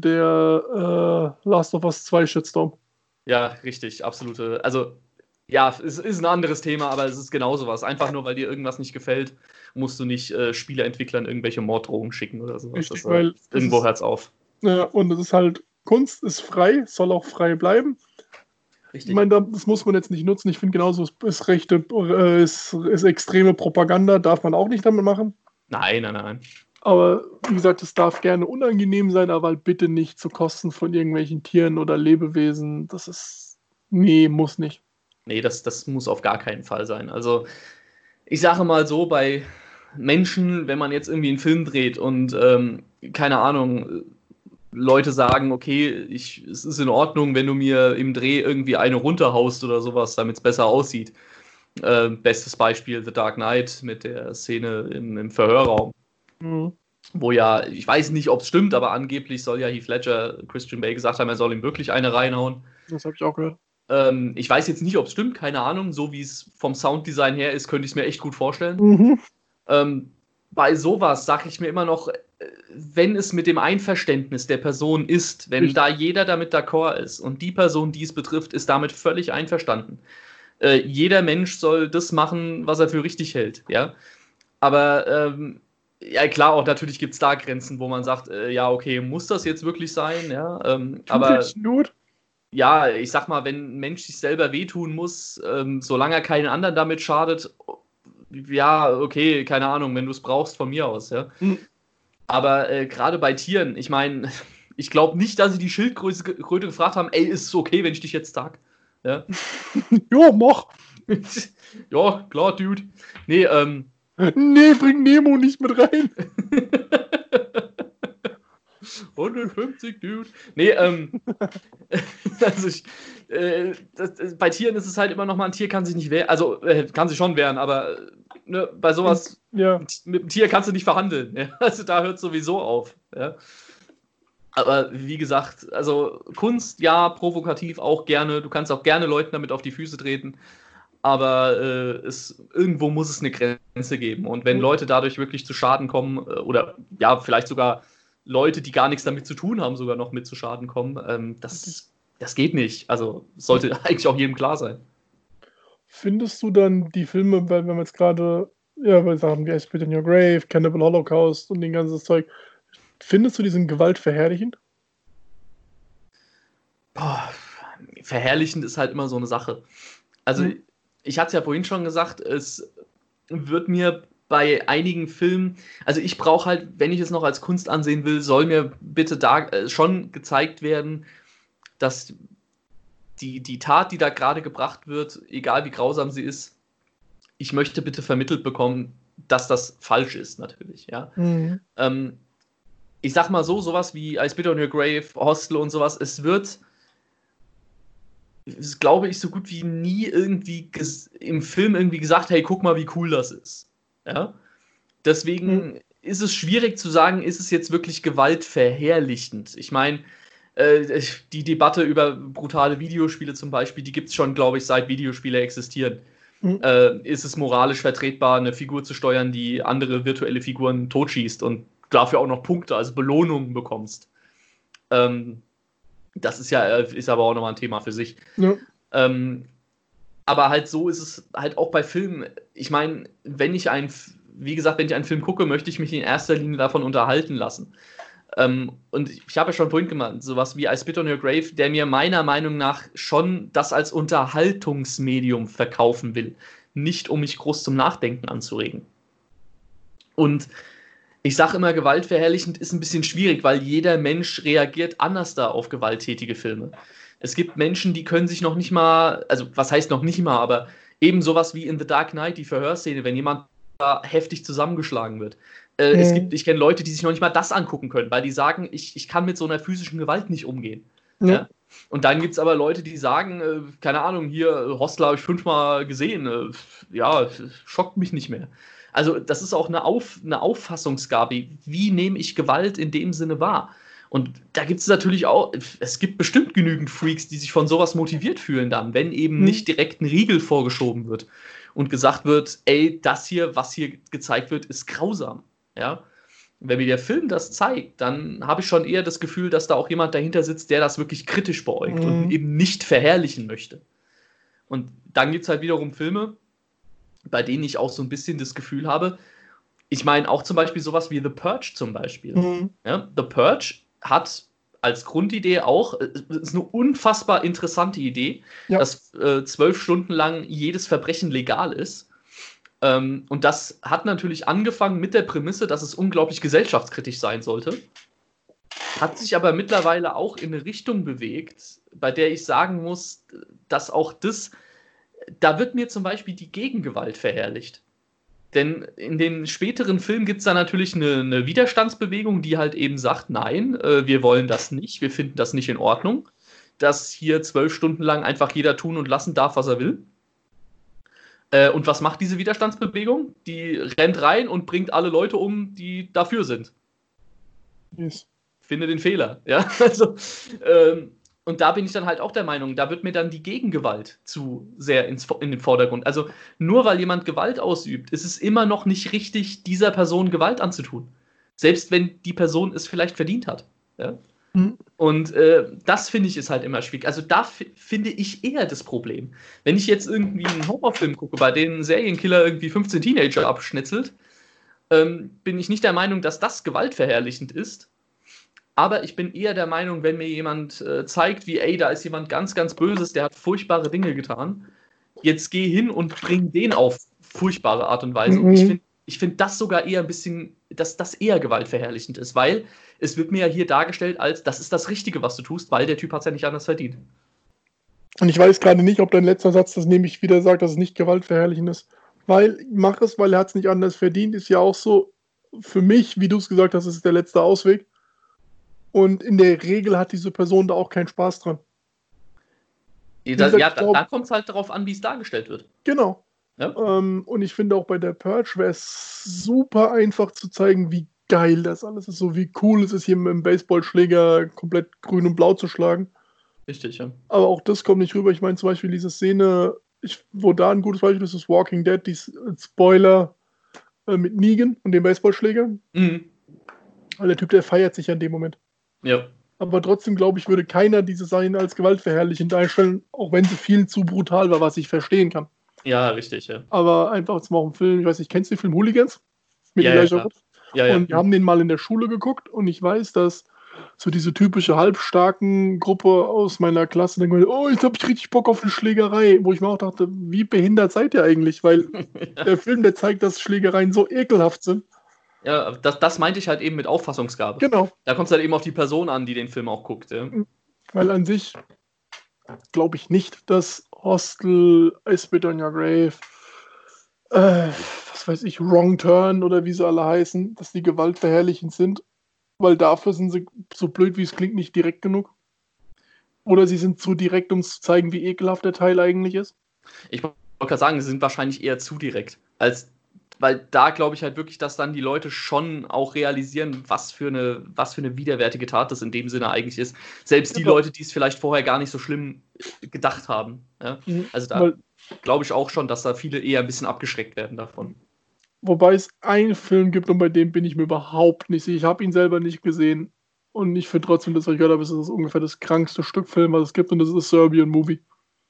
der äh, Last of Us zwei Shitstorm. Ja, richtig, absolute. Also, ja, es ist ein anderes Thema, aber es ist genauso was. Einfach nur, weil dir irgendwas nicht gefällt, musst du nicht äh, Spieleentwicklern irgendwelche Morddrohungen schicken oder sowas. Richtig, Das, äh, weil das irgendwo ist, hört's auf. ja, und es ist halt, Kunst ist frei, soll auch frei bleiben. Ich Richtig. meine, das muss man jetzt nicht nutzen. Ich finde genauso, es ist rechte, äh, ist, ist extreme Propaganda, darf man auch nicht damit machen. Nein, nein, nein. Aber wie gesagt, es darf gerne unangenehm sein, aber halt bitte nicht zu Kosten von irgendwelchen Tieren oder Lebewesen. Das ist, nee, muss nicht. Nee, das, das muss auf gar keinen Fall sein. Also, ich sage mal so, bei Menschen, wenn man jetzt irgendwie einen Film dreht und, ähm, keine Ahnung, Leute sagen, okay, ich, es ist in Ordnung, wenn du mir im Dreh irgendwie eine runterhaust oder sowas, damit es besser aussieht. Äh, bestes Beispiel The Dark Knight mit der Szene im, im Verhörraum, Mhm. wo ja, ich weiß nicht, ob es stimmt, aber angeblich soll ja Heath Ledger Christian Bale gesagt haben, er soll ihm wirklich eine reinhauen. Das habe ich auch gehört. Ähm, ich weiß jetzt nicht, ob es stimmt, keine Ahnung. So wie es vom Sounddesign her ist, könnte ich es mir echt gut vorstellen. Mhm. Ähm, bei sowas sage ich mir immer noch, äh, wenn es mit dem Einverständnis der Person ist, wenn Richtig. da jeder damit d'accord ist und die Person, die es betrifft, ist damit völlig einverstanden. Äh, jeder Mensch soll das machen, was er für richtig hält, ja. Aber ähm, ja, klar, auch natürlich gibt es da Grenzen, wo man sagt, äh, ja, okay, muss das jetzt wirklich sein, ja. Ähm, aber Wirklich Not? ja, ich sag mal, wenn ein Mensch sich selber wehtun muss, ähm, solange er keinen anderen damit schadet, ja, okay, keine Ahnung, wenn du es brauchst, von mir aus, ja. Mhm. Aber äh, gerade bei Tieren, ich meine, ich glaube nicht, dass sie die Schildkröte Kröte gefragt haben, ey, ist es okay, wenn ich dich jetzt tag? Ja, Jo, mach. ja klar, Dude. Nee, ähm. Nee, bring Nemo nicht mit rein. hundertfünfzig, Dude. Nee, ähm. also ich, äh, das, das, bei Tieren ist es halt immer noch mal, ein Tier kann sich nicht wehren, also äh, kann sich schon wehren, aber äh, ne, bei sowas, Ja. mit dem Tier kannst du nicht verhandeln. Ja? Also da hört es sowieso auf. Ja? Aber wie gesagt, also Kunst, ja, provokativ auch gerne. Du kannst auch gerne Leuten damit auf die Füße treten. Aber äh, es, irgendwo muss es eine Grenze geben. Und wenn Leute dadurch wirklich zu Schaden kommen, äh, oder ja, vielleicht sogar Leute, die gar nichts damit zu tun haben, sogar noch mit zu Schaden kommen, ähm, das, das geht nicht. Also sollte eigentlich auch jedem klar sein. Findest du dann die Filme, weil wenn wir jetzt gerade ja, bei Sachen wie I Spit in Your Grave, Cannibal Holocaust und den ganzen Zeug, findest du die sind gewaltverherrlichend? Boah, verherrlichend ist halt immer so eine Sache. Also, Mhm. ich hatte es ja vorhin schon gesagt, es wird mir bei einigen Filmen, also ich brauche halt, wenn ich es noch als Kunst ansehen will, soll mir bitte da äh, schon gezeigt werden, dass die, die Tat, die da gerade gebracht wird, egal wie grausam sie ist, ich möchte bitte vermittelt bekommen, dass das falsch ist, natürlich, ja. Mhm. Ähm, ich sag mal so, sowas wie I Spit on Your Grave, Hostel und sowas, es wird, es glaube ich, so gut wie nie irgendwie im Film irgendwie gesagt, hey, guck mal, wie cool das ist. Ja? Mhm. Deswegen ist es schwierig zu sagen, ist es jetzt wirklich gewaltverherrlichend. Ich meine, äh, die Debatte über brutale Videospiele zum Beispiel, die gibt es schon, glaube ich, seit Videospiele existieren. Mhm. Äh, ist es moralisch vertretbar, eine Figur zu steuern, die andere virtuelle Figuren totschießt und dafür auch noch Punkte, also Belohnungen bekommst? Ähm, das ist ja, ist aber auch nochmal ein Thema für sich. Ja. Ähm, aber halt so ist es halt auch bei Filmen. Ich meine, wenn ich einen, wie gesagt, wenn ich einen Film gucke, möchte ich mich in erster Linie davon unterhalten lassen. Ähm, und ich habe ja schon vorhin gemeint, sowas wie I Spit on Your Grave, der mir meiner Meinung nach schon das als Unterhaltungsmedium verkaufen will. Nicht um mich groß zum Nachdenken anzuregen. Und ich sage immer, gewaltverherrlichend ist ein bisschen schwierig, weil jeder Mensch reagiert anders da auf gewalttätige Filme. Es gibt Menschen, die können sich noch nicht mal, also was heißt noch nicht mal, aber eben sowas wie in The Dark Knight, die Verhörszene, wenn jemand da heftig zusammengeschlagen wird. Äh, es gibt, Mhm. ich kenne Leute, die sich noch nicht mal das angucken können, weil die sagen, ich, ich kann mit so einer physischen Gewalt nicht umgehen. Ja. Ja? Und dann gibt es aber Leute, die sagen, äh, keine Ahnung, hier, Hostler habe ich fünfmal gesehen, äh, ja, schockt mich nicht mehr. Also das ist auch eine, Auf, eine Auffassungsgabe. Wie nehme ich Gewalt in dem Sinne wahr? Und da gibt es natürlich auch, es gibt bestimmt genügend Freaks, die sich von sowas motiviert fühlen dann, wenn eben Mhm. nicht direkt ein Riegel vorgeschoben wird und gesagt wird, ey, das hier, was hier gezeigt wird, ist grausam. Ja? Wenn mir der Film das zeigt, dann habe ich schon eher das Gefühl, dass da auch jemand dahinter sitzt, der das wirklich kritisch beäugt und Mhm. eben nicht verherrlichen möchte. Und dann gibt es halt wiederum Filme, bei denen ich auch so ein bisschen das Gefühl habe, ich meine auch zum Beispiel sowas wie The Purge zum Beispiel. Mhm. Ja, The Purge hat als Grundidee auch, ist eine unfassbar interessante Idee, Ja. dass äh, zwölf Stunden lang jedes Verbrechen legal ist. Ähm, und das hat natürlich angefangen mit der Prämisse, dass es unglaublich gesellschaftskritisch sein sollte. Hat sich aber mittlerweile auch in eine Richtung bewegt, bei der ich sagen muss, dass auch das, da wird mir zum Beispiel die Gegengewalt verherrlicht. Denn in den späteren Filmen gibt es da natürlich eine, eine Widerstandsbewegung, die halt eben sagt, nein, äh, wir wollen das nicht, wir finden das nicht in Ordnung, dass hier zwölf Stunden lang einfach jeder tun und lassen darf, was er will. Äh, und was macht diese Widerstandsbewegung? Die rennt rein und bringt alle Leute um, die dafür sind. Yes. Finde den Fehler. Ja? Also, ähm, Und da bin ich dann halt auch der Meinung, da wird mir dann die Gegengewalt zu sehr ins, in den Vordergrund. Also nur weil jemand Gewalt ausübt, ist es immer noch nicht richtig, dieser Person Gewalt anzutun. Selbst wenn die Person es vielleicht verdient hat. Ja? Mhm. Und äh, das finde ich ist halt immer schwierig. Also da f- finde ich eher das Problem. Wenn ich jetzt irgendwie einen Horrorfilm gucke, bei dem ein Serienkiller irgendwie fünfzehn Teenager abschnetzelt, ähm, bin ich nicht der Meinung, dass das gewaltverherrlichend ist. Aber ich bin eher der Meinung, wenn mir jemand äh, zeigt, wie, ey, da ist jemand ganz, ganz Böses, der hat furchtbare Dinge getan, jetzt geh hin und bring den auf furchtbare Art und Weise. Mhm. Und ich finde ich find das sogar eher ein bisschen, dass das eher gewaltverherrlichend ist, weil es wird mir ja hier dargestellt als, das ist das Richtige, was du tust, weil der Typ hat es ja nicht anders verdient. Und ich weiß gerade nicht, ob dein letzter Satz das nämlich wieder sagt, dass es nicht gewaltverherrlichend ist. Weil, mach es, weil er hat es nicht anders verdient, ist ja auch so, für mich, wie du es gesagt hast, ist der letzte Ausweg. Und in der Regel hat diese Person da auch keinen Spaß dran. Da, gesagt, ja, da, da kommt es halt darauf an, wie es dargestellt wird. Genau. Ja? Ähm, und ich finde auch bei der Purge wäre es super einfach zu zeigen, wie geil das alles ist, so wie cool es ist, hier mit dem Baseballschläger komplett grün und blau zu schlagen. Richtig, ja. Aber auch das kommt nicht rüber. Ich meine zum Beispiel diese Szene, ich, wo da ein gutes Beispiel ist, ist Walking Dead, die Spoiler äh, mit Negan und dem Baseballschläger. Mhm. Weil der Typ, der feiert sich ja in dem Moment. Ja. Aber trotzdem, glaube ich, würde keiner diese Szene als gewaltverherrlichend darstellen, auch wenn sie viel zu brutal war, was ich verstehen kann. Ja, richtig, ja. Aber einfach zum auch im Film, ich weiß nicht, kennst du den Film Hooligans? Mit ja, Elijah ja, Wood? Ja, ja. Und wir haben den mal in der Schule geguckt und ich weiß, dass so diese typische halbstarken Gruppe aus meiner Klasse denkt, oh, jetzt habe ich richtig Bock auf eine Schlägerei, wo ich mir auch dachte, wie behindert seid ihr eigentlich? Weil ja. Der Film, der zeigt, dass Schlägereien so ekelhaft sind. Ja, das, das meinte ich halt eben mit Auffassungsgabe. Genau. Da kommt es halt eben auf die Person an, die den Film auch guckt. Ja. Weil an sich glaube ich nicht, dass Hostel, I Spit on Your Grave, äh, was weiß ich, Wrong Turn oder wie sie alle heißen, dass die gewaltverherrlichend sind. Weil dafür sind sie, so blöd wie es klingt, nicht direkt genug. Oder sie sind zu direkt, um zu zeigen, wie ekelhaft der Teil eigentlich ist. Ich wollte gerade sagen, sie sind wahrscheinlich eher zu direkt. Als, weil da glaube ich halt wirklich, dass dann die Leute schon auch realisieren, was für eine, was für eine widerwärtige Tat das in dem Sinne eigentlich ist. Selbst die genau. Leute, die es vielleicht vorher gar nicht so schlimm gedacht haben. Ja? Mhm. Also da glaube ich auch schon, dass da viele eher ein bisschen abgeschreckt werden davon. Wobei es einen Film gibt und bei dem bin ich mir überhaupt nicht sicher. Ich habe ihn selber nicht gesehen und ich finde trotzdem, dass ich gehört habe, es ist ungefähr das krankste Stück Film, was es gibt und das ist Serbian Movie.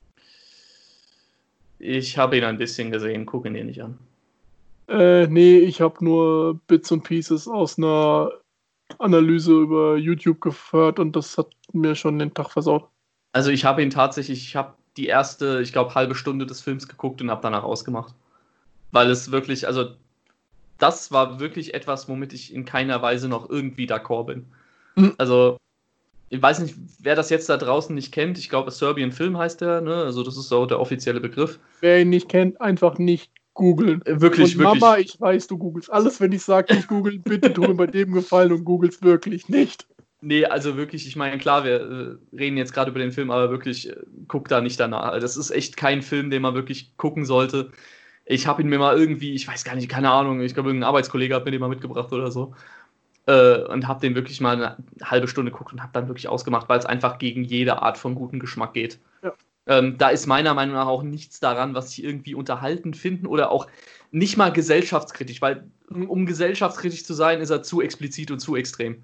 Ich habe ihn ein bisschen gesehen, gucke ihn dir nicht an. Äh, nee, ich habe nur Bits und Pieces aus einer Analyse über YouTube gehört und das hat mir schon den Tag versaut. Also ich habe ihn tatsächlich, ich habe die erste, ich glaube, halbe Stunde des Films geguckt und habe danach ausgemacht. Weil es wirklich, also das war wirklich etwas, womit ich in keiner Weise noch irgendwie d'accord bin. Mhm. Also ich weiß nicht, wer das jetzt da draußen nicht kennt. Ich glaube, Serbian Film heißt der, ne? Also das ist so der offizielle Begriff. Wer ihn nicht kennt, einfach nicht googeln. Äh, wirklich, und wirklich. Mama, ich weiß, du googelst alles, wenn ich sage, nicht googeln, bitte tu mir bei dem Gefallen und googelst wirklich nicht. Nee, also wirklich, ich meine, klar, wir äh, reden jetzt gerade über den Film, aber wirklich, äh, guck da nicht danach. Das ist echt kein Film, den man wirklich gucken sollte. Ich habe ihn mir mal irgendwie, ich weiß gar nicht, keine Ahnung, ich glaube, irgendein Arbeitskollege hat mir den mal mitgebracht oder so. Äh, und habe den wirklich mal eine halbe Stunde geguckt und habe dann wirklich ausgemacht, weil es einfach gegen jede Art von gutem Geschmack geht. Ja. Ähm, da ist meiner Meinung nach auch nichts daran, was ich irgendwie unterhaltend finden oder auch nicht mal gesellschaftskritisch, weil um gesellschaftskritisch zu sein, ist er zu explizit und zu extrem.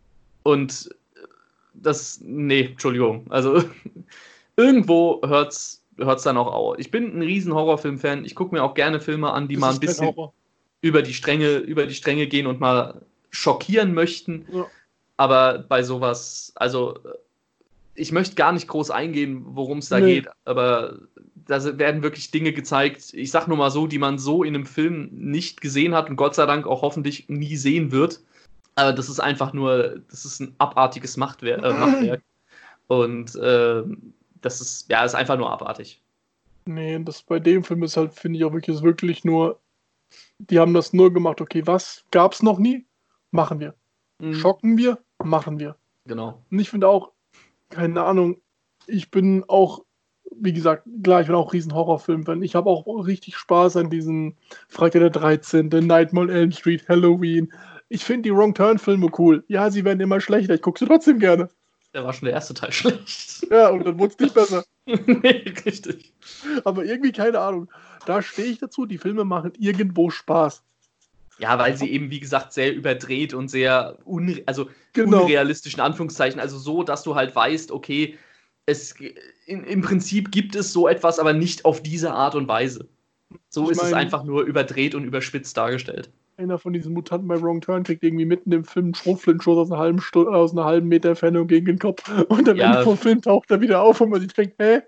Und das, nee, Entschuldigung, also irgendwo hört's hört's dann auch auf. Ich bin ein riesen Horrorfilm-Fan, ich gucke mir auch gerne Filme an, die das mal ein bisschen über die Stränge, über die Stränge gehen und mal schockieren möchten, ja. Aber bei sowas, also ich möchte gar nicht groß eingehen, worum es da nee. geht, aber da werden wirklich Dinge gezeigt, ich sag nur mal so, die man so in einem Film nicht gesehen hat und Gott sei Dank auch hoffentlich nie sehen wird. Aber das ist einfach nur, das ist ein abartiges Machtwer- äh, Machtwerk. Und äh, das ist, ja, ist einfach nur abartig. Nee, das bei dem Film ist halt, finde ich auch wirklich, ist wirklich nur, die haben das nur gemacht, okay, was gab's noch nie? Machen wir. Mhm. Schocken wir? Machen wir. Genau. Und ich finde auch, keine Ahnung, ich bin auch, wie gesagt, klar, ich bin auch ein riesen Horrorfilm-Fan. Ich habe auch richtig Spaß an diesen Freitag der dreizehnte, Nightmare on Elm Street, Halloween. Ich finde die Wrong-Turn-Filme cool. Ja, sie werden immer schlechter, ich gucke sie trotzdem gerne. Der war schon der erste Teil schlecht. Ja, und dann wurde es nicht besser. Nee, richtig. Aber irgendwie, keine Ahnung. Da stehe ich dazu, die Filme machen irgendwo Spaß. Ja, weil sie eben, wie gesagt, sehr überdreht und sehr unre- also Genau. unrealistisch, in Anführungszeichen. Also so, dass du halt weißt, okay, es, in, im Prinzip gibt es so etwas, aber nicht auf diese Art und Weise. So Ich ist es mein- einfach nur überdreht und überspitzt dargestellt. Einer von diesen Mutanten bei Wrong Turn kriegt irgendwie mitten im Film einen Schrotflintenschuss aus einer halben Stunde, aus einer halben Meter Entfernung gegen den Kopf. Und am Ja. Ende vom Film taucht er wieder auf und man sich denkt, hä?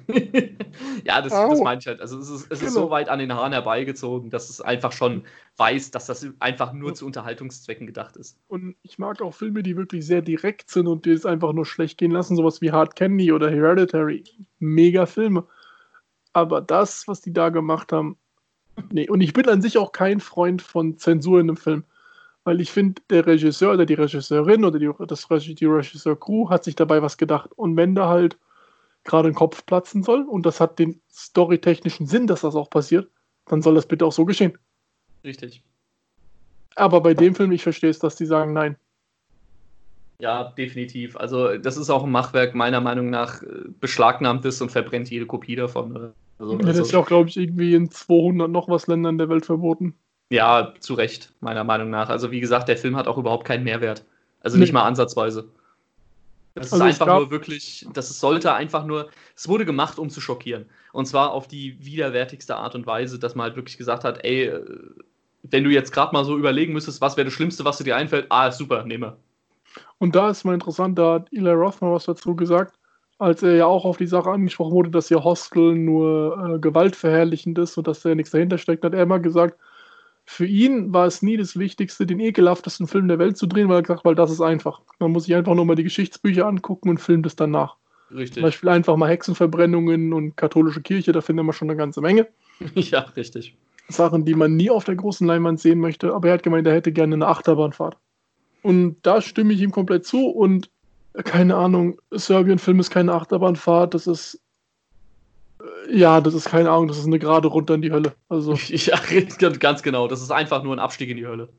Ja, das, Au. das meine ich halt. Also es ist, es ist Genau. so weit an den Haaren herbeigezogen, dass es einfach schon weiß, dass das einfach nur zu Unterhaltungszwecken gedacht ist. Und ich mag auch Filme, die wirklich sehr direkt sind und die es einfach nur schlecht gehen lassen, sowas wie Hard Candy oder Hereditary. Mega Filme. Aber das, was die da gemacht haben, nee. Und ich bin an sich auch kein Freund von Zensur in einem Film. Weil ich finde, der Regisseur oder die Regisseurin oder die, das, Regi- die Regisseur-Crew hat sich dabei was gedacht. Und wenn da halt gerade ein Kopf platzen soll und das hat den storytechnischen Sinn, dass das auch passiert, dann soll das bitte auch so geschehen. Richtig. Aber bei dem Film, ich verstehe es, dass die sagen, nein. Ja, definitiv. Also das ist auch ein Machwerk, meiner Meinung nach, äh, beschlagnahmt ist und verbrennt jede Kopie davon. Also, Ja, das also, ist ja auch, glaube ich, irgendwie in zweihundert noch was Ländern der Welt verboten. ja, zu Recht, meiner Meinung nach. Also wie gesagt, der Film hat auch überhaupt keinen Mehrwert. Also Nee. nicht mal ansatzweise. Das ist Also es einfach gab- nur wirklich, das ist- sollte einfach nur, es wurde gemacht, um zu schockieren. Und zwar auf die widerwärtigste Art und Weise, dass man halt wirklich gesagt hat, ey, äh, wenn du jetzt gerade mal so überlegen müsstest, was wäre das Schlimmste, was dir dir einfällt, ah, super, nehme. Und da ist mal interessant, da hat Eli Roth mal was dazu gesagt, als er ja auch auf die Sache angesprochen wurde, dass ja Hostel nur äh, gewaltverherrlichend ist und dass da ja nichts dahinter steckt, hat er immer gesagt, für ihn war es nie das Wichtigste, den ekelhaftesten Film der Welt zu drehen, weil er gesagt hat, weil das ist einfach. Man muss sich einfach nur mal die Geschichtsbücher angucken und filmt es danach. Zum Richtig. Beispiel einfach mal Hexenverbrennungen und katholische Kirche, da findet man schon eine ganze Menge. Ja, richtig. Sachen, die man nie auf der großen Leinwand sehen möchte, aber er hat gemeint, er hätte gerne eine Achterbahnfahrt. Und da stimme ich ihm komplett zu und äh, keine Ahnung, Serbien-Film ist keine Achterbahnfahrt, das ist äh, ja, das ist keine Ahnung, das ist eine gerade runter in die Hölle. Also Ja, ganz genau. Das ist einfach nur ein Abstieg in die Hölle.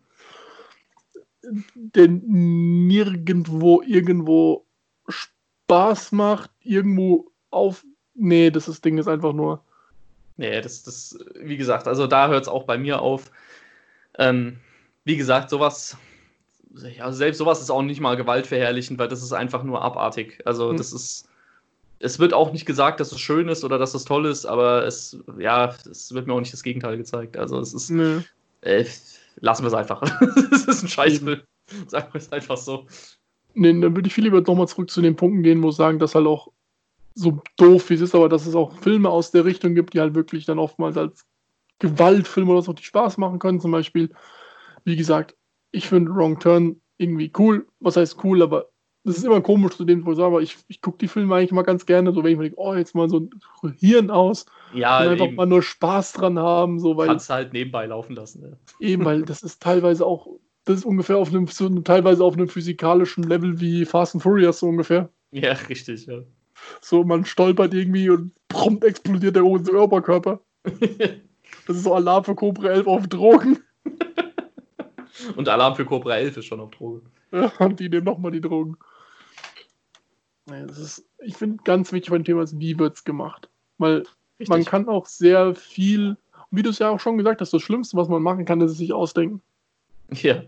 der nirgendwo irgendwo Spaß macht, irgendwo auf. Nee, das ist, Ding ist einfach nur. Nee, das, das, wie gesagt, also da hört es auch bei mir auf. Ähm, wie gesagt, sowas, ja, selbst sowas ist auch nicht mal gewaltverherrlichend, weil das ist einfach nur abartig. Also Hm. das ist, es wird auch nicht gesagt, dass es schön ist oder dass es toll ist, aber es, ja, es wird mir auch nicht das Gegenteil gezeigt. Also es ist, Nee. äh, lassen wir es einfach. Es ist ein Scheißfilm. Sagen wir es einfach so. Nee, dann würde ich viel lieber nochmal zurück zu den Punkten gehen, wo sagen, dass halt auch so doof wie es ist, aber dass es auch Filme aus der Richtung gibt, die halt wirklich dann oftmals als Gewaltfilme oder so, die Spaß machen können. Zum Beispiel, wie gesagt, ich finde Wrong Turn irgendwie cool. Was heißt cool, aber das ist immer komisch zu dem, wo ich sage, aber ich, ich gucke die Filme eigentlich mal ganz gerne, so wenn ich mir denke, oh, jetzt mal so ein Hirn aus Ja, und einfach eben, mal nur Spaß dran haben, so, weil kannst du halt nebenbei laufen lassen. Ne? eben, weil das ist teilweise auch, das ist ungefähr auf einem, so, teilweise auf einem physikalischen Level wie Fast and Furious so ungefähr. Ja, richtig, ja. So, man stolpert irgendwie und prompt explodiert der Oberkörper. Das ist so Alarm für Cobra elf auf Drogen. Und Alarm für Cobra elf ist schon auf Droge. Ja, und die nehmen nochmal die Drogen. Ja, das ist, ich finde, ganz wichtig bei dem Thema ist, wie wird es gemacht. Weil Richtig. man kann auch sehr viel, wie du es ja auch schon gesagt hast, das Schlimmste, was man machen kann, ist es sich ausdenken. Ja.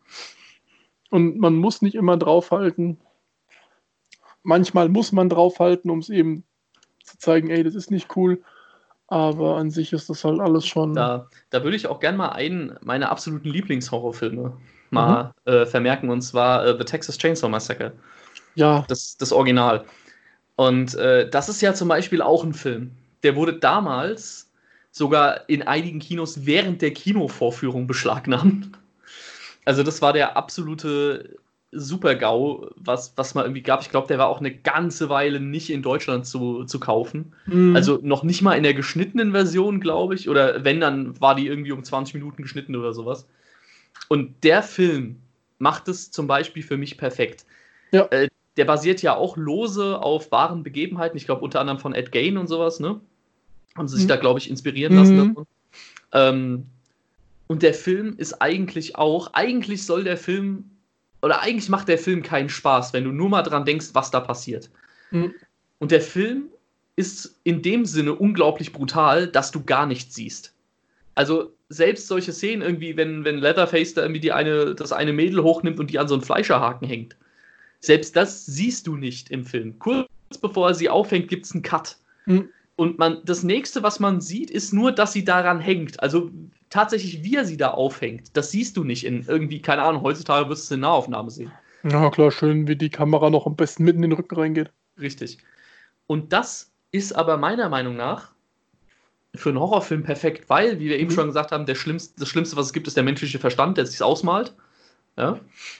Und man muss nicht immer draufhalten. Manchmal muss man draufhalten, um es eben zu zeigen, ey, das ist nicht cool. Aber an sich ist das halt alles schon. Da, da würde ich auch gern mal einen meiner absoluten Lieblingshorrorfilme mal mhm. äh, vermerken, und zwar äh, The Texas Chainsaw Massacre. Ja. Das, das Original. Und äh, das ist ja zum Beispiel auch ein Film. Der wurde damals sogar in einigen Kinos während der Kinovorführung beschlagnahmt. Also das war der absolute Super-GAU, was, was mal irgendwie gab. Ich glaube, der war auch eine ganze Weile nicht in Deutschland zu, zu kaufen. Mhm. Also noch nicht mal in der geschnittenen Version, glaube ich. Oder wenn, dann war die irgendwie um zwanzig Minuten geschnitten oder sowas. Und der Film macht es zum Beispiel für mich perfekt. Ja. Äh, der basiert ja auch lose auf wahren Begebenheiten. Ich glaube, unter anderem von Ed Gein und sowas, ne? Haben sie sich mhm. da, glaube ich, inspirieren lassen mhm. davon. Ähm, und der Film ist eigentlich auch, eigentlich soll der Film, oder eigentlich macht der Film keinen Spaß, wenn du nur mal dran denkst, was da passiert. Mhm. Und der Film ist in dem Sinne unglaublich brutal, dass du gar nichts siehst. Also selbst solche Szenen irgendwie, wenn, wenn Leatherface da irgendwie die eine, das eine Mädel hochnimmt und die an so einen Fleischerhaken hängt. Selbst das siehst du nicht im Film. Kurz bevor er sie aufhängt, gibt es einen Cut. Mhm. Und man, das nächste, was man sieht, ist nur, dass sie daran hängt. Also tatsächlich, wie er sie da aufhängt, das siehst du nicht in irgendwie, keine Ahnung, heutzutage wirst du es in Nahaufnahme sehen. Ja klar, schön, wie die Kamera noch am besten mitten in den Rücken reingeht. Richtig. Und das ist aber meiner Meinung nach für einen Horrorfilm perfekt, weil, wie wir eben mhm. schon gesagt haben, der Schlimmste, das Schlimmste, was es gibt, ist der menschliche Verstand, der sich ausmalt. Ja.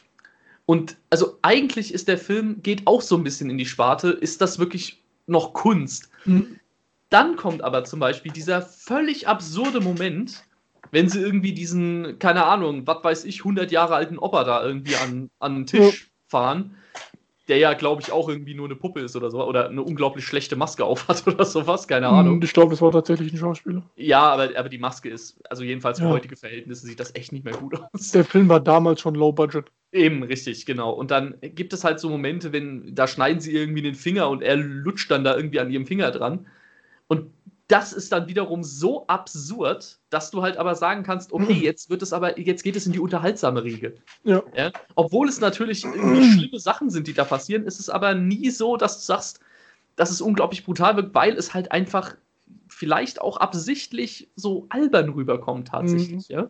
Und also eigentlich ist der Film, geht auch so ein bisschen in die Sparte, ist das wirklich noch Kunst. Mhm. Dann kommt aber zum Beispiel dieser völlig absurde Moment, wenn sie irgendwie diesen, keine Ahnung, was weiß ich, hundert Jahre alten Opa da irgendwie an, an den Tisch ja. fahren, der ja, glaube ich, auch irgendwie nur eine Puppe ist oder so, oder eine unglaublich schlechte Maske aufhat oder sowas, keine Ahnung. Ich glaube, das war tatsächlich ein Schauspieler. Ja, aber, aber die Maske ist, also jedenfalls für ja. heutige Verhältnisse sieht das echt nicht mehr gut aus. Der Film war damals schon low budget. Eben, richtig, genau. Und dann gibt es halt so Momente, wenn, da schneiden sie irgendwie den Finger und er lutscht dann da irgendwie an ihrem Finger dran. Und das ist dann wiederum so absurd, dass du halt aber sagen kannst, okay, jetzt wird es aber, jetzt geht es in die unterhaltsame Riege. Ja. Ja? Obwohl es natürlich irgendwie schlimme Sachen sind, die da passieren, ist es aber nie so, dass du sagst, dass es unglaublich brutal wird, weil es halt einfach vielleicht auch absichtlich so albern rüberkommt tatsächlich, mhm. ja.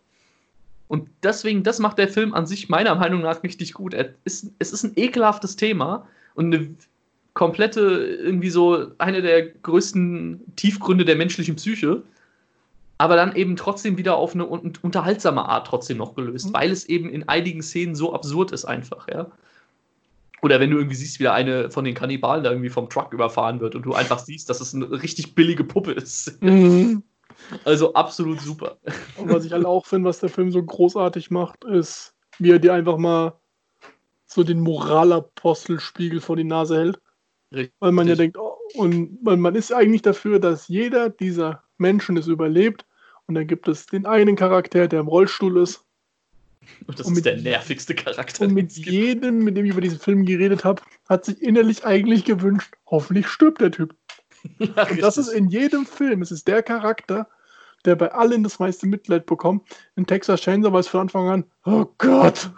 Und deswegen, das macht der Film an sich meiner Meinung nach richtig gut. Er ist, es ist ein ekelhaftes Thema und eine komplette, irgendwie so eine der größten Tiefgründe der menschlichen Psyche, aber dann eben trotzdem wieder auf eine un- unterhaltsame Art trotzdem noch gelöst, mhm. weil es eben in einigen Szenen so absurd ist einfach, ja. Oder wenn du irgendwie siehst, wie da eine von den Kannibalen da irgendwie vom Truck überfahren wird und du einfach siehst, dass es eine richtig billige Puppe ist. Mhm. Also absolut super. Und was ich halt auch finde, was der Film so großartig macht, ist, wie er dir einfach mal so den Moralapostelspiegel vor die Nase hält. Richtig. Weil man ja denkt, oh, und weil man ist eigentlich dafür, dass jeder dieser Menschen es überlebt. Und dann gibt es den einen Charakter, der im Rollstuhl ist. Und das und ist der nervigste Charakter. Und mit jedem, mit dem ich über diesen Film geredet habe, hat sich innerlich eigentlich gewünscht, hoffentlich stirbt der Typ. Ja, und richtig. Das ist in jedem Film. Es ist der Charakter, der bei allen das meiste Mitleid bekommt. In Texas Chainsaw war es von Anfang an, oh Gott.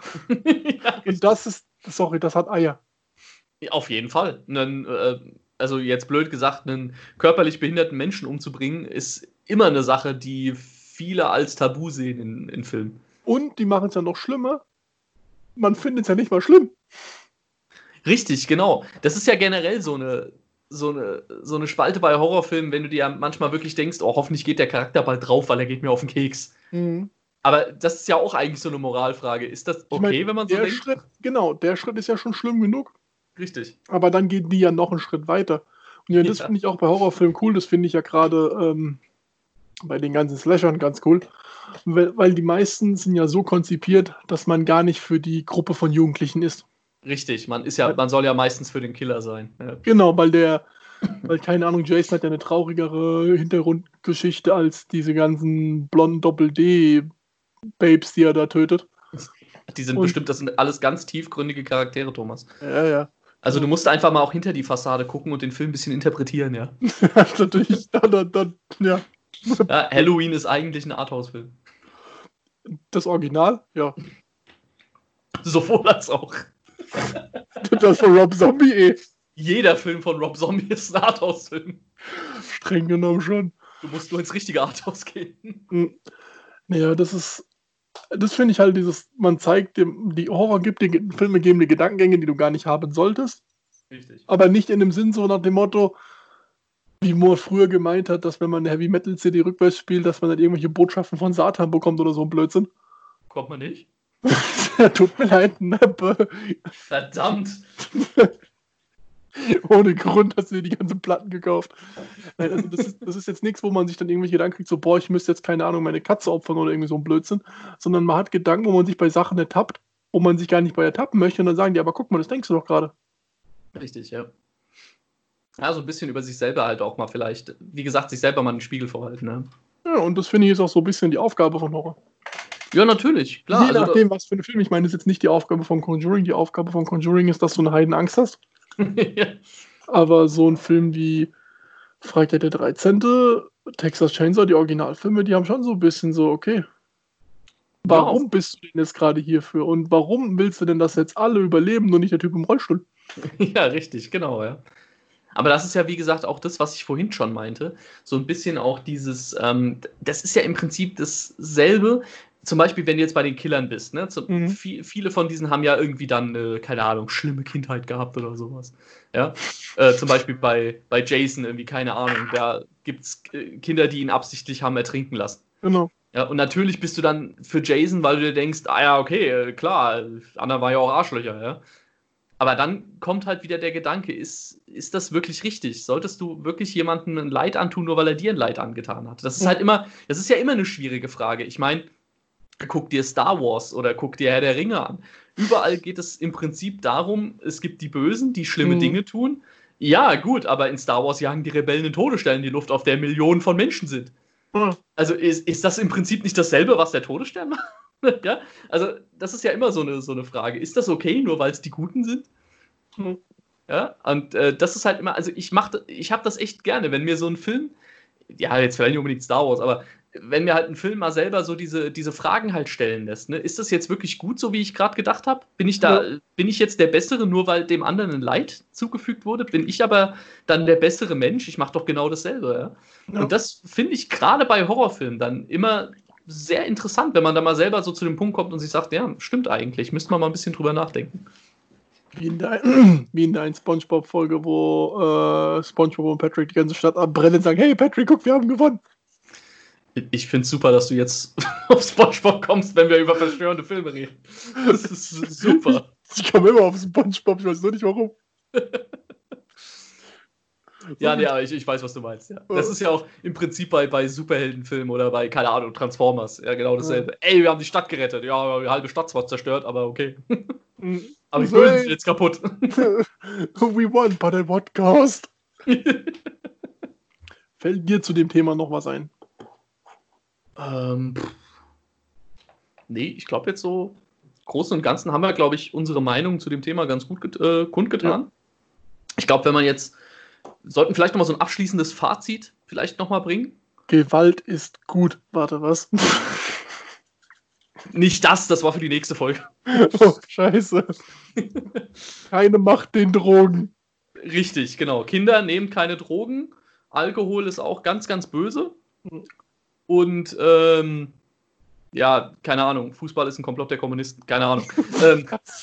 Ja, und das ist, sorry, das hat Eier. Auf jeden Fall. Einen, äh, also jetzt blöd gesagt, einen körperlich behinderten Menschen umzubringen, ist immer eine Sache, die viele als Tabu sehen in, in Filmen. Und die machen es ja noch schlimmer. Man findet es ja nicht mal schlimm. Richtig, genau. Das ist ja generell so eine, so eine, so eine Spalte bei Horrorfilmen, wenn du dir ja manchmal wirklich denkst, oh, hoffentlich geht der Charakter bald drauf, weil er geht mir auf den Keks. Mhm. Aber das ist ja auch eigentlich so eine Moralfrage. Ist das okay, ich mein, wenn man so der denkt? Schritt, genau, der Schritt ist ja schon schlimm genug. Richtig. Aber dann gehen die ja noch einen Schritt weiter. Und ja, das ja. finde ich auch bei Horrorfilmen cool. Das finde ich ja gerade ähm, bei den ganzen Slashern ganz cool. Weil, weil die meisten sind ja so konzipiert, dass man gar nicht für die Gruppe von Jugendlichen ist. Richtig, man ist ja, man soll ja meistens für den Killer sein. Ja. Genau, weil der, weil keine Ahnung, Jason hat ja eine traurigere Hintergrundgeschichte als diese ganzen blonden Doppel-D-Babes, die er da tötet. Die sind Und, bestimmt, das sind alles ganz tiefgründige Charaktere, Thomas. Ja, ja. Also du musst einfach mal auch hinter die Fassade gucken und den Film ein bisschen interpretieren, ja. Natürlich, dann, dann, dann, ja. Ja, Halloween ist eigentlich ein Arthouse-Film. Das Original? Ja. Sowohl als auch. Das von Rob Zombie eh. Jeder Film von Rob Zombie ist ein Arthouse-Film. Streng genommen schon. Du musst nur ins richtige Arthouse gehen. Naja, das ist, das finde ich halt dieses, man zeigt dem, die Horror gibt, die Filme geben dir Gedankengänge, die du gar nicht haben solltest. Richtig. Aber nicht in dem Sinn so nach dem Motto, wie Moore früher gemeint hat, dass wenn man eine Heavy-Metal-C D rückwärts spielt, dass man dann irgendwelche Botschaften von Satan bekommt oder so ein Blödsinn. Kommt man nicht? Tut mir leid, Neppe. Verdammt. Ohne Grund hast du dir die ganzen Platten gekauft. Nein, also das ist, das ist jetzt nichts, wo man sich dann irgendwelche Gedanken kriegt, so, boah, ich müsste jetzt, keine Ahnung, meine Katze opfern oder irgendwie so ein Blödsinn, sondern man hat Gedanken, wo man sich bei Sachen ertappt, wo man sich gar nicht bei ertappen möchte und dann sagen die, aber guck mal, das denkst du doch gerade. Richtig, ja. Ja, so ein bisschen über sich selber halt auch mal vielleicht, wie gesagt, sich selber mal einen Spiegel vorhalten, ne? Ja, und das finde ich ist auch so ein bisschen die Aufgabe von Horror. Ja, natürlich, klar. Je Also, nachdem, was für ein Film. Ich meine, das ist jetzt nicht die Aufgabe von Conjuring. Die Aufgabe von Conjuring ist, dass du eine Heidenangst hast. ja. Aber so ein Film wie Freitag der dreizehnte, Texas Chainsaw, die Originalfilme, die haben schon so ein bisschen so, okay, warum Ja. bist du denn jetzt gerade hierfür? Und warum willst du denn, dass jetzt alle überleben, nur nicht der Typ im Rollstuhl? Ja, richtig, genau, ja. Aber das ist ja, wie gesagt, auch das, was ich vorhin schon meinte. So ein bisschen auch dieses, ähm, das ist ja im Prinzip dasselbe. Zum Beispiel, wenn du jetzt bei den Killern bist, ne? Zum, Mhm. viel, viele von diesen haben ja irgendwie dann, äh, keine Ahnung, schlimme Kindheit gehabt oder sowas. Ja. Äh, zum Beispiel bei, bei Jason irgendwie, keine Ahnung, da gibt es äh, Kinder, die ihn absichtlich haben ertrinken lassen. Genau. Ja, und natürlich bist du dann für Jason, weil du dir denkst, ah ja, okay, äh, klar, Anna war ja auch Arschlöcher, ja. Aber dann kommt halt wieder der Gedanke, ist, ist das wirklich richtig? Solltest du wirklich jemandem ein Leid antun, nur weil er dir ein Leid angetan hat? Das ist halt immer, das ist ja immer eine schwierige Frage. Ich meine, guck dir Star Wars oder guck dir Herr der Ringe an. Überall geht es im Prinzip darum, es gibt die Bösen, die schlimme Mhm. Dinge tun. Ja, gut, aber in Star Wars jagen die Rebellen einen Todesstern in die Luft, auf der Millionen von Menschen sind. Ja. Also ist, ist das im Prinzip nicht dasselbe, was der Todesstern macht? Ja, also das ist ja immer so eine, so eine Frage. Ist das okay, nur weil es die Guten sind? Mhm. Ja, und äh, das ist halt immer, also ich mache, ich habe das echt gerne, wenn mir so ein Film, ja, jetzt vielleicht nicht unbedingt Star Wars, aber wenn mir halt ein Film mal selber so diese, diese Fragen halt stellen lässt, ne, ist das jetzt wirklich gut, so wie ich gerade gedacht habe? Bin ich da, Ja. bin ich jetzt der Bessere, nur weil dem anderen ein Leid zugefügt wurde? Bin ich aber dann der bessere Mensch? Ich mache doch genau dasselbe, ja. Ja. Und das finde ich gerade bei Horrorfilmen dann immer sehr interessant, wenn man da mal selber so zu dem Punkt kommt und sich sagt, ja, stimmt eigentlich, müsste man mal ein bisschen drüber nachdenken. Wie in der, wie in der einen Spongebob-Folge, wo äh, Spongebob und Patrick die ganze Stadt abbrennen und sagen, hey Patrick, guck, wir haben gewonnen. Ich finde es super, dass du jetzt auf SpongeBob kommst, wenn wir über verstörende Filme reden. Das ist super. Ich, ich komme immer auf Spongebob, ich weiß nur nicht warum. Ja, nee, aber ich, ich weiß, was du meinst. Ja. Das ist ja auch im Prinzip bei, bei Superheldenfilmen oder bei, keine Ahnung, Transformers. Ja, genau dasselbe. Ja. Ey, wir haben die Stadt gerettet. Ja, die halbe Stadt zwar zerstört, aber okay. Aber die so, Bösen sind jetzt kaputt. We won, but at what cost? Fällt dir zu dem Thema noch was ein? Ähm, nee, ich glaube jetzt so Großen und Ganzen haben wir, glaube ich, unsere Meinung zu dem Thema ganz gut get- äh, kundgetan. Ja. Ich glaube, wenn man jetzt, sollten vielleicht nochmal so ein abschließendes Fazit vielleicht nochmal bringen. Gewalt ist gut. Warte, was? Nicht das, das war für die nächste Folge. Oh, scheiße. Keine Macht den Drogen. Richtig, genau. Kinder nehmen keine Drogen. Alkohol ist auch ganz, ganz böse. Und ähm, ja, keine Ahnung, Fußball ist ein Komplott der Kommunisten, keine Ahnung. ähm,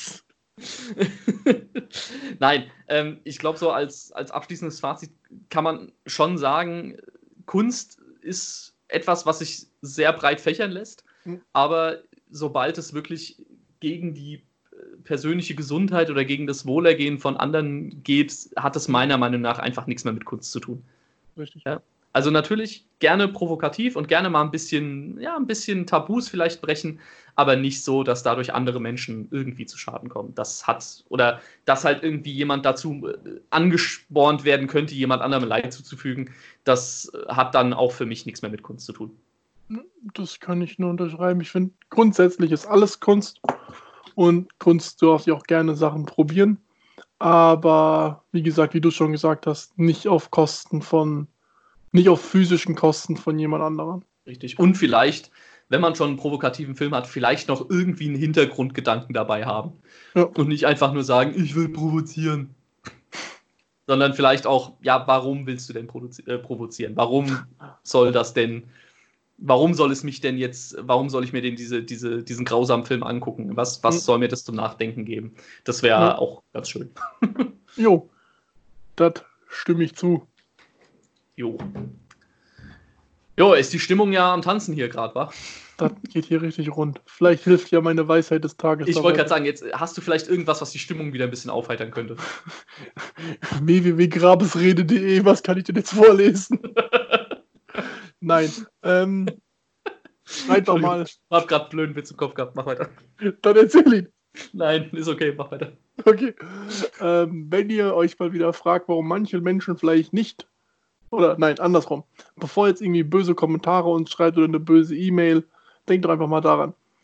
Nein, ähm, ich glaube, so als, als abschließendes Fazit kann man schon sagen, Kunst ist etwas, was sich sehr breit fächern lässt, mhm. aber sobald es wirklich gegen die persönliche Gesundheit oder gegen das Wohlergehen von anderen geht, hat es meiner Meinung nach einfach nichts mehr mit Kunst zu tun. Richtig. Ja? Also natürlich gerne provokativ und gerne mal ein bisschen, ja, ein bisschen Tabus vielleicht brechen, aber nicht so, dass dadurch andere Menschen irgendwie zu Schaden kommen. Das hat, oder dass halt irgendwie jemand dazu angespornt werden könnte, jemand anderem Leid zuzufügen, das hat dann auch für mich nichts mehr mit Kunst zu tun. Das kann ich nur unterschreiben. Ich finde, grundsätzlich ist alles Kunst und Kunst, du darfst ja auch gerne Sachen probieren, aber wie gesagt, wie du schon gesagt hast, nicht auf Kosten von Nicht auf physischen Kosten von jemand anderem. Richtig. Und vielleicht, wenn man schon einen provokativen Film hat, vielleicht noch irgendwie einen Hintergrundgedanken dabei haben. Ja. Und nicht einfach nur sagen, ich will provozieren. Sondern vielleicht auch, ja, warum willst du denn provozi- äh, provozieren? Warum soll das denn, warum soll es mich denn jetzt, warum soll ich mir denn diese, diese, diesen grausamen Film angucken? Was, was soll mir das zum Nachdenken geben? Das wäre ja. auch ganz schön. Jo, das stimme ich zu. Jo. Jo, ist die Stimmung ja am Tanzen hier gerade, wa? Das geht hier richtig rund. Vielleicht hilft ja meine Weisheit des Tages. Ich wollte gerade sagen, jetzt hast du vielleicht irgendwas, was die Stimmung wieder ein bisschen aufheitern könnte. w w w punkt grabesrede punkt de, was kann ich denn jetzt vorlesen? Nein. Ähm, schreib doch mal. Ich hab gerade einen blöden Witz im Kopf gehabt, mach weiter. Dann erzähl ihn. Nein, ist okay, mach weiter. Okay. Ähm, wenn ihr euch mal wieder fragt, warum manche Menschen vielleicht nicht, oder nein, andersrum, bevor jetzt irgendwie böse Kommentare uns schreibt oder eine böse E-Mail, denkt doch einfach mal daran.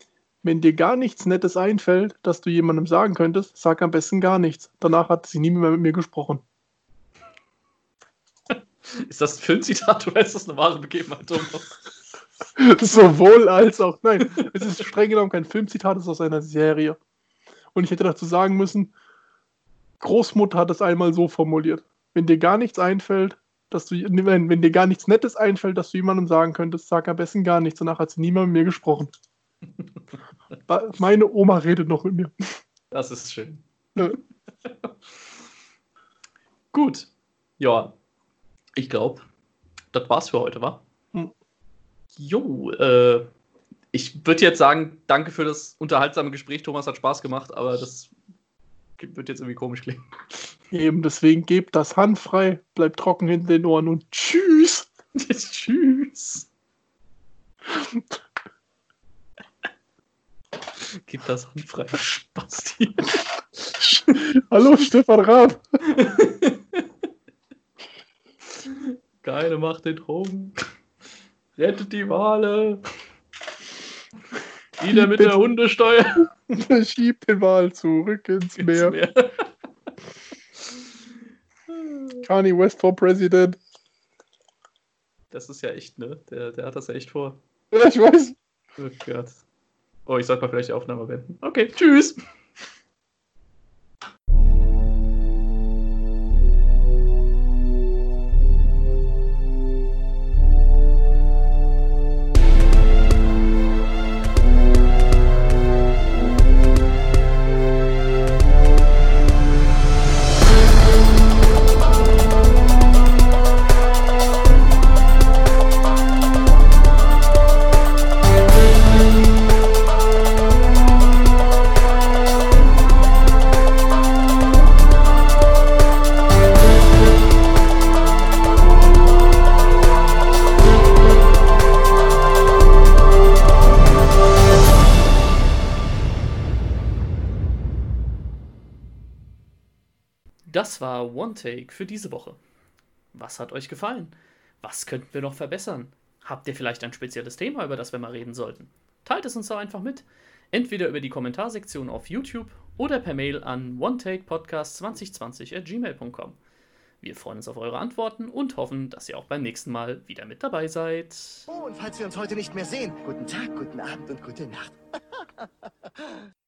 Wenn dir gar nichts Nettes einfällt, das du jemandem sagen könntest, sag am besten gar nichts. Danach hat sie nie mehr mit mir gesprochen. Ist das ein Filmzitat oder ist das eine wahre Begebenheit, Thomas? Sowohl als auch. Nein, es ist streng genommen kein Filmzitat, es ist aus einer Serie. Und ich hätte dazu sagen müssen, Großmutter hat es einmal so formuliert. Wenn dir gar nichts einfällt, dass du, wenn, wenn dir gar nichts Nettes einfällt, dass du jemandem sagen könntest, sag am besten gar nichts. Danach hat sie nie mehr mit mir gesprochen. Meine Oma redet noch mit mir. Das ist schön. Ja. Gut. Ja. Ich glaube, das war's für heute, wa? Hm. Jo, äh, ich würde jetzt sagen, danke für das unterhaltsame Gespräch. Thomas, hat Spaß gemacht, aber das wird jetzt irgendwie komisch klingen. Eben, deswegen gebt das Hand frei, bleibt trocken hinter den Ohren und tschüss. Tschüss. Gib das Hand frei, Spasti. Hallo, Stefan Raab. Keine Macht den Drogen. Rettet die Wale. Wieder mit der Hundesteuer. Verschiebt den Wal zurück ins, ins Meer. Meer. Kanye West for President. Das ist ja echt, ne? Der, der hat das ja echt vor. Ja, ich weiß. Oh Gott. Oh, ich sollte mal vielleicht die Aufnahme beenden. Okay, tschüss. Das war One Take für diese Woche. Was hat euch gefallen? Was könnten wir noch verbessern? Habt ihr vielleicht ein spezielles Thema, über das wir mal reden sollten? Teilt es uns doch einfach mit. Entweder über die Kommentarsektion auf YouTube oder per Mail an onetakepodcast zwanzig zwanzig at gmail punkt com. Wir freuen uns auf eure Antworten und hoffen, dass ihr auch beim nächsten Mal wieder mit dabei seid. Oh, und falls wir uns heute nicht mehr sehen, guten Tag, guten Abend und gute Nacht.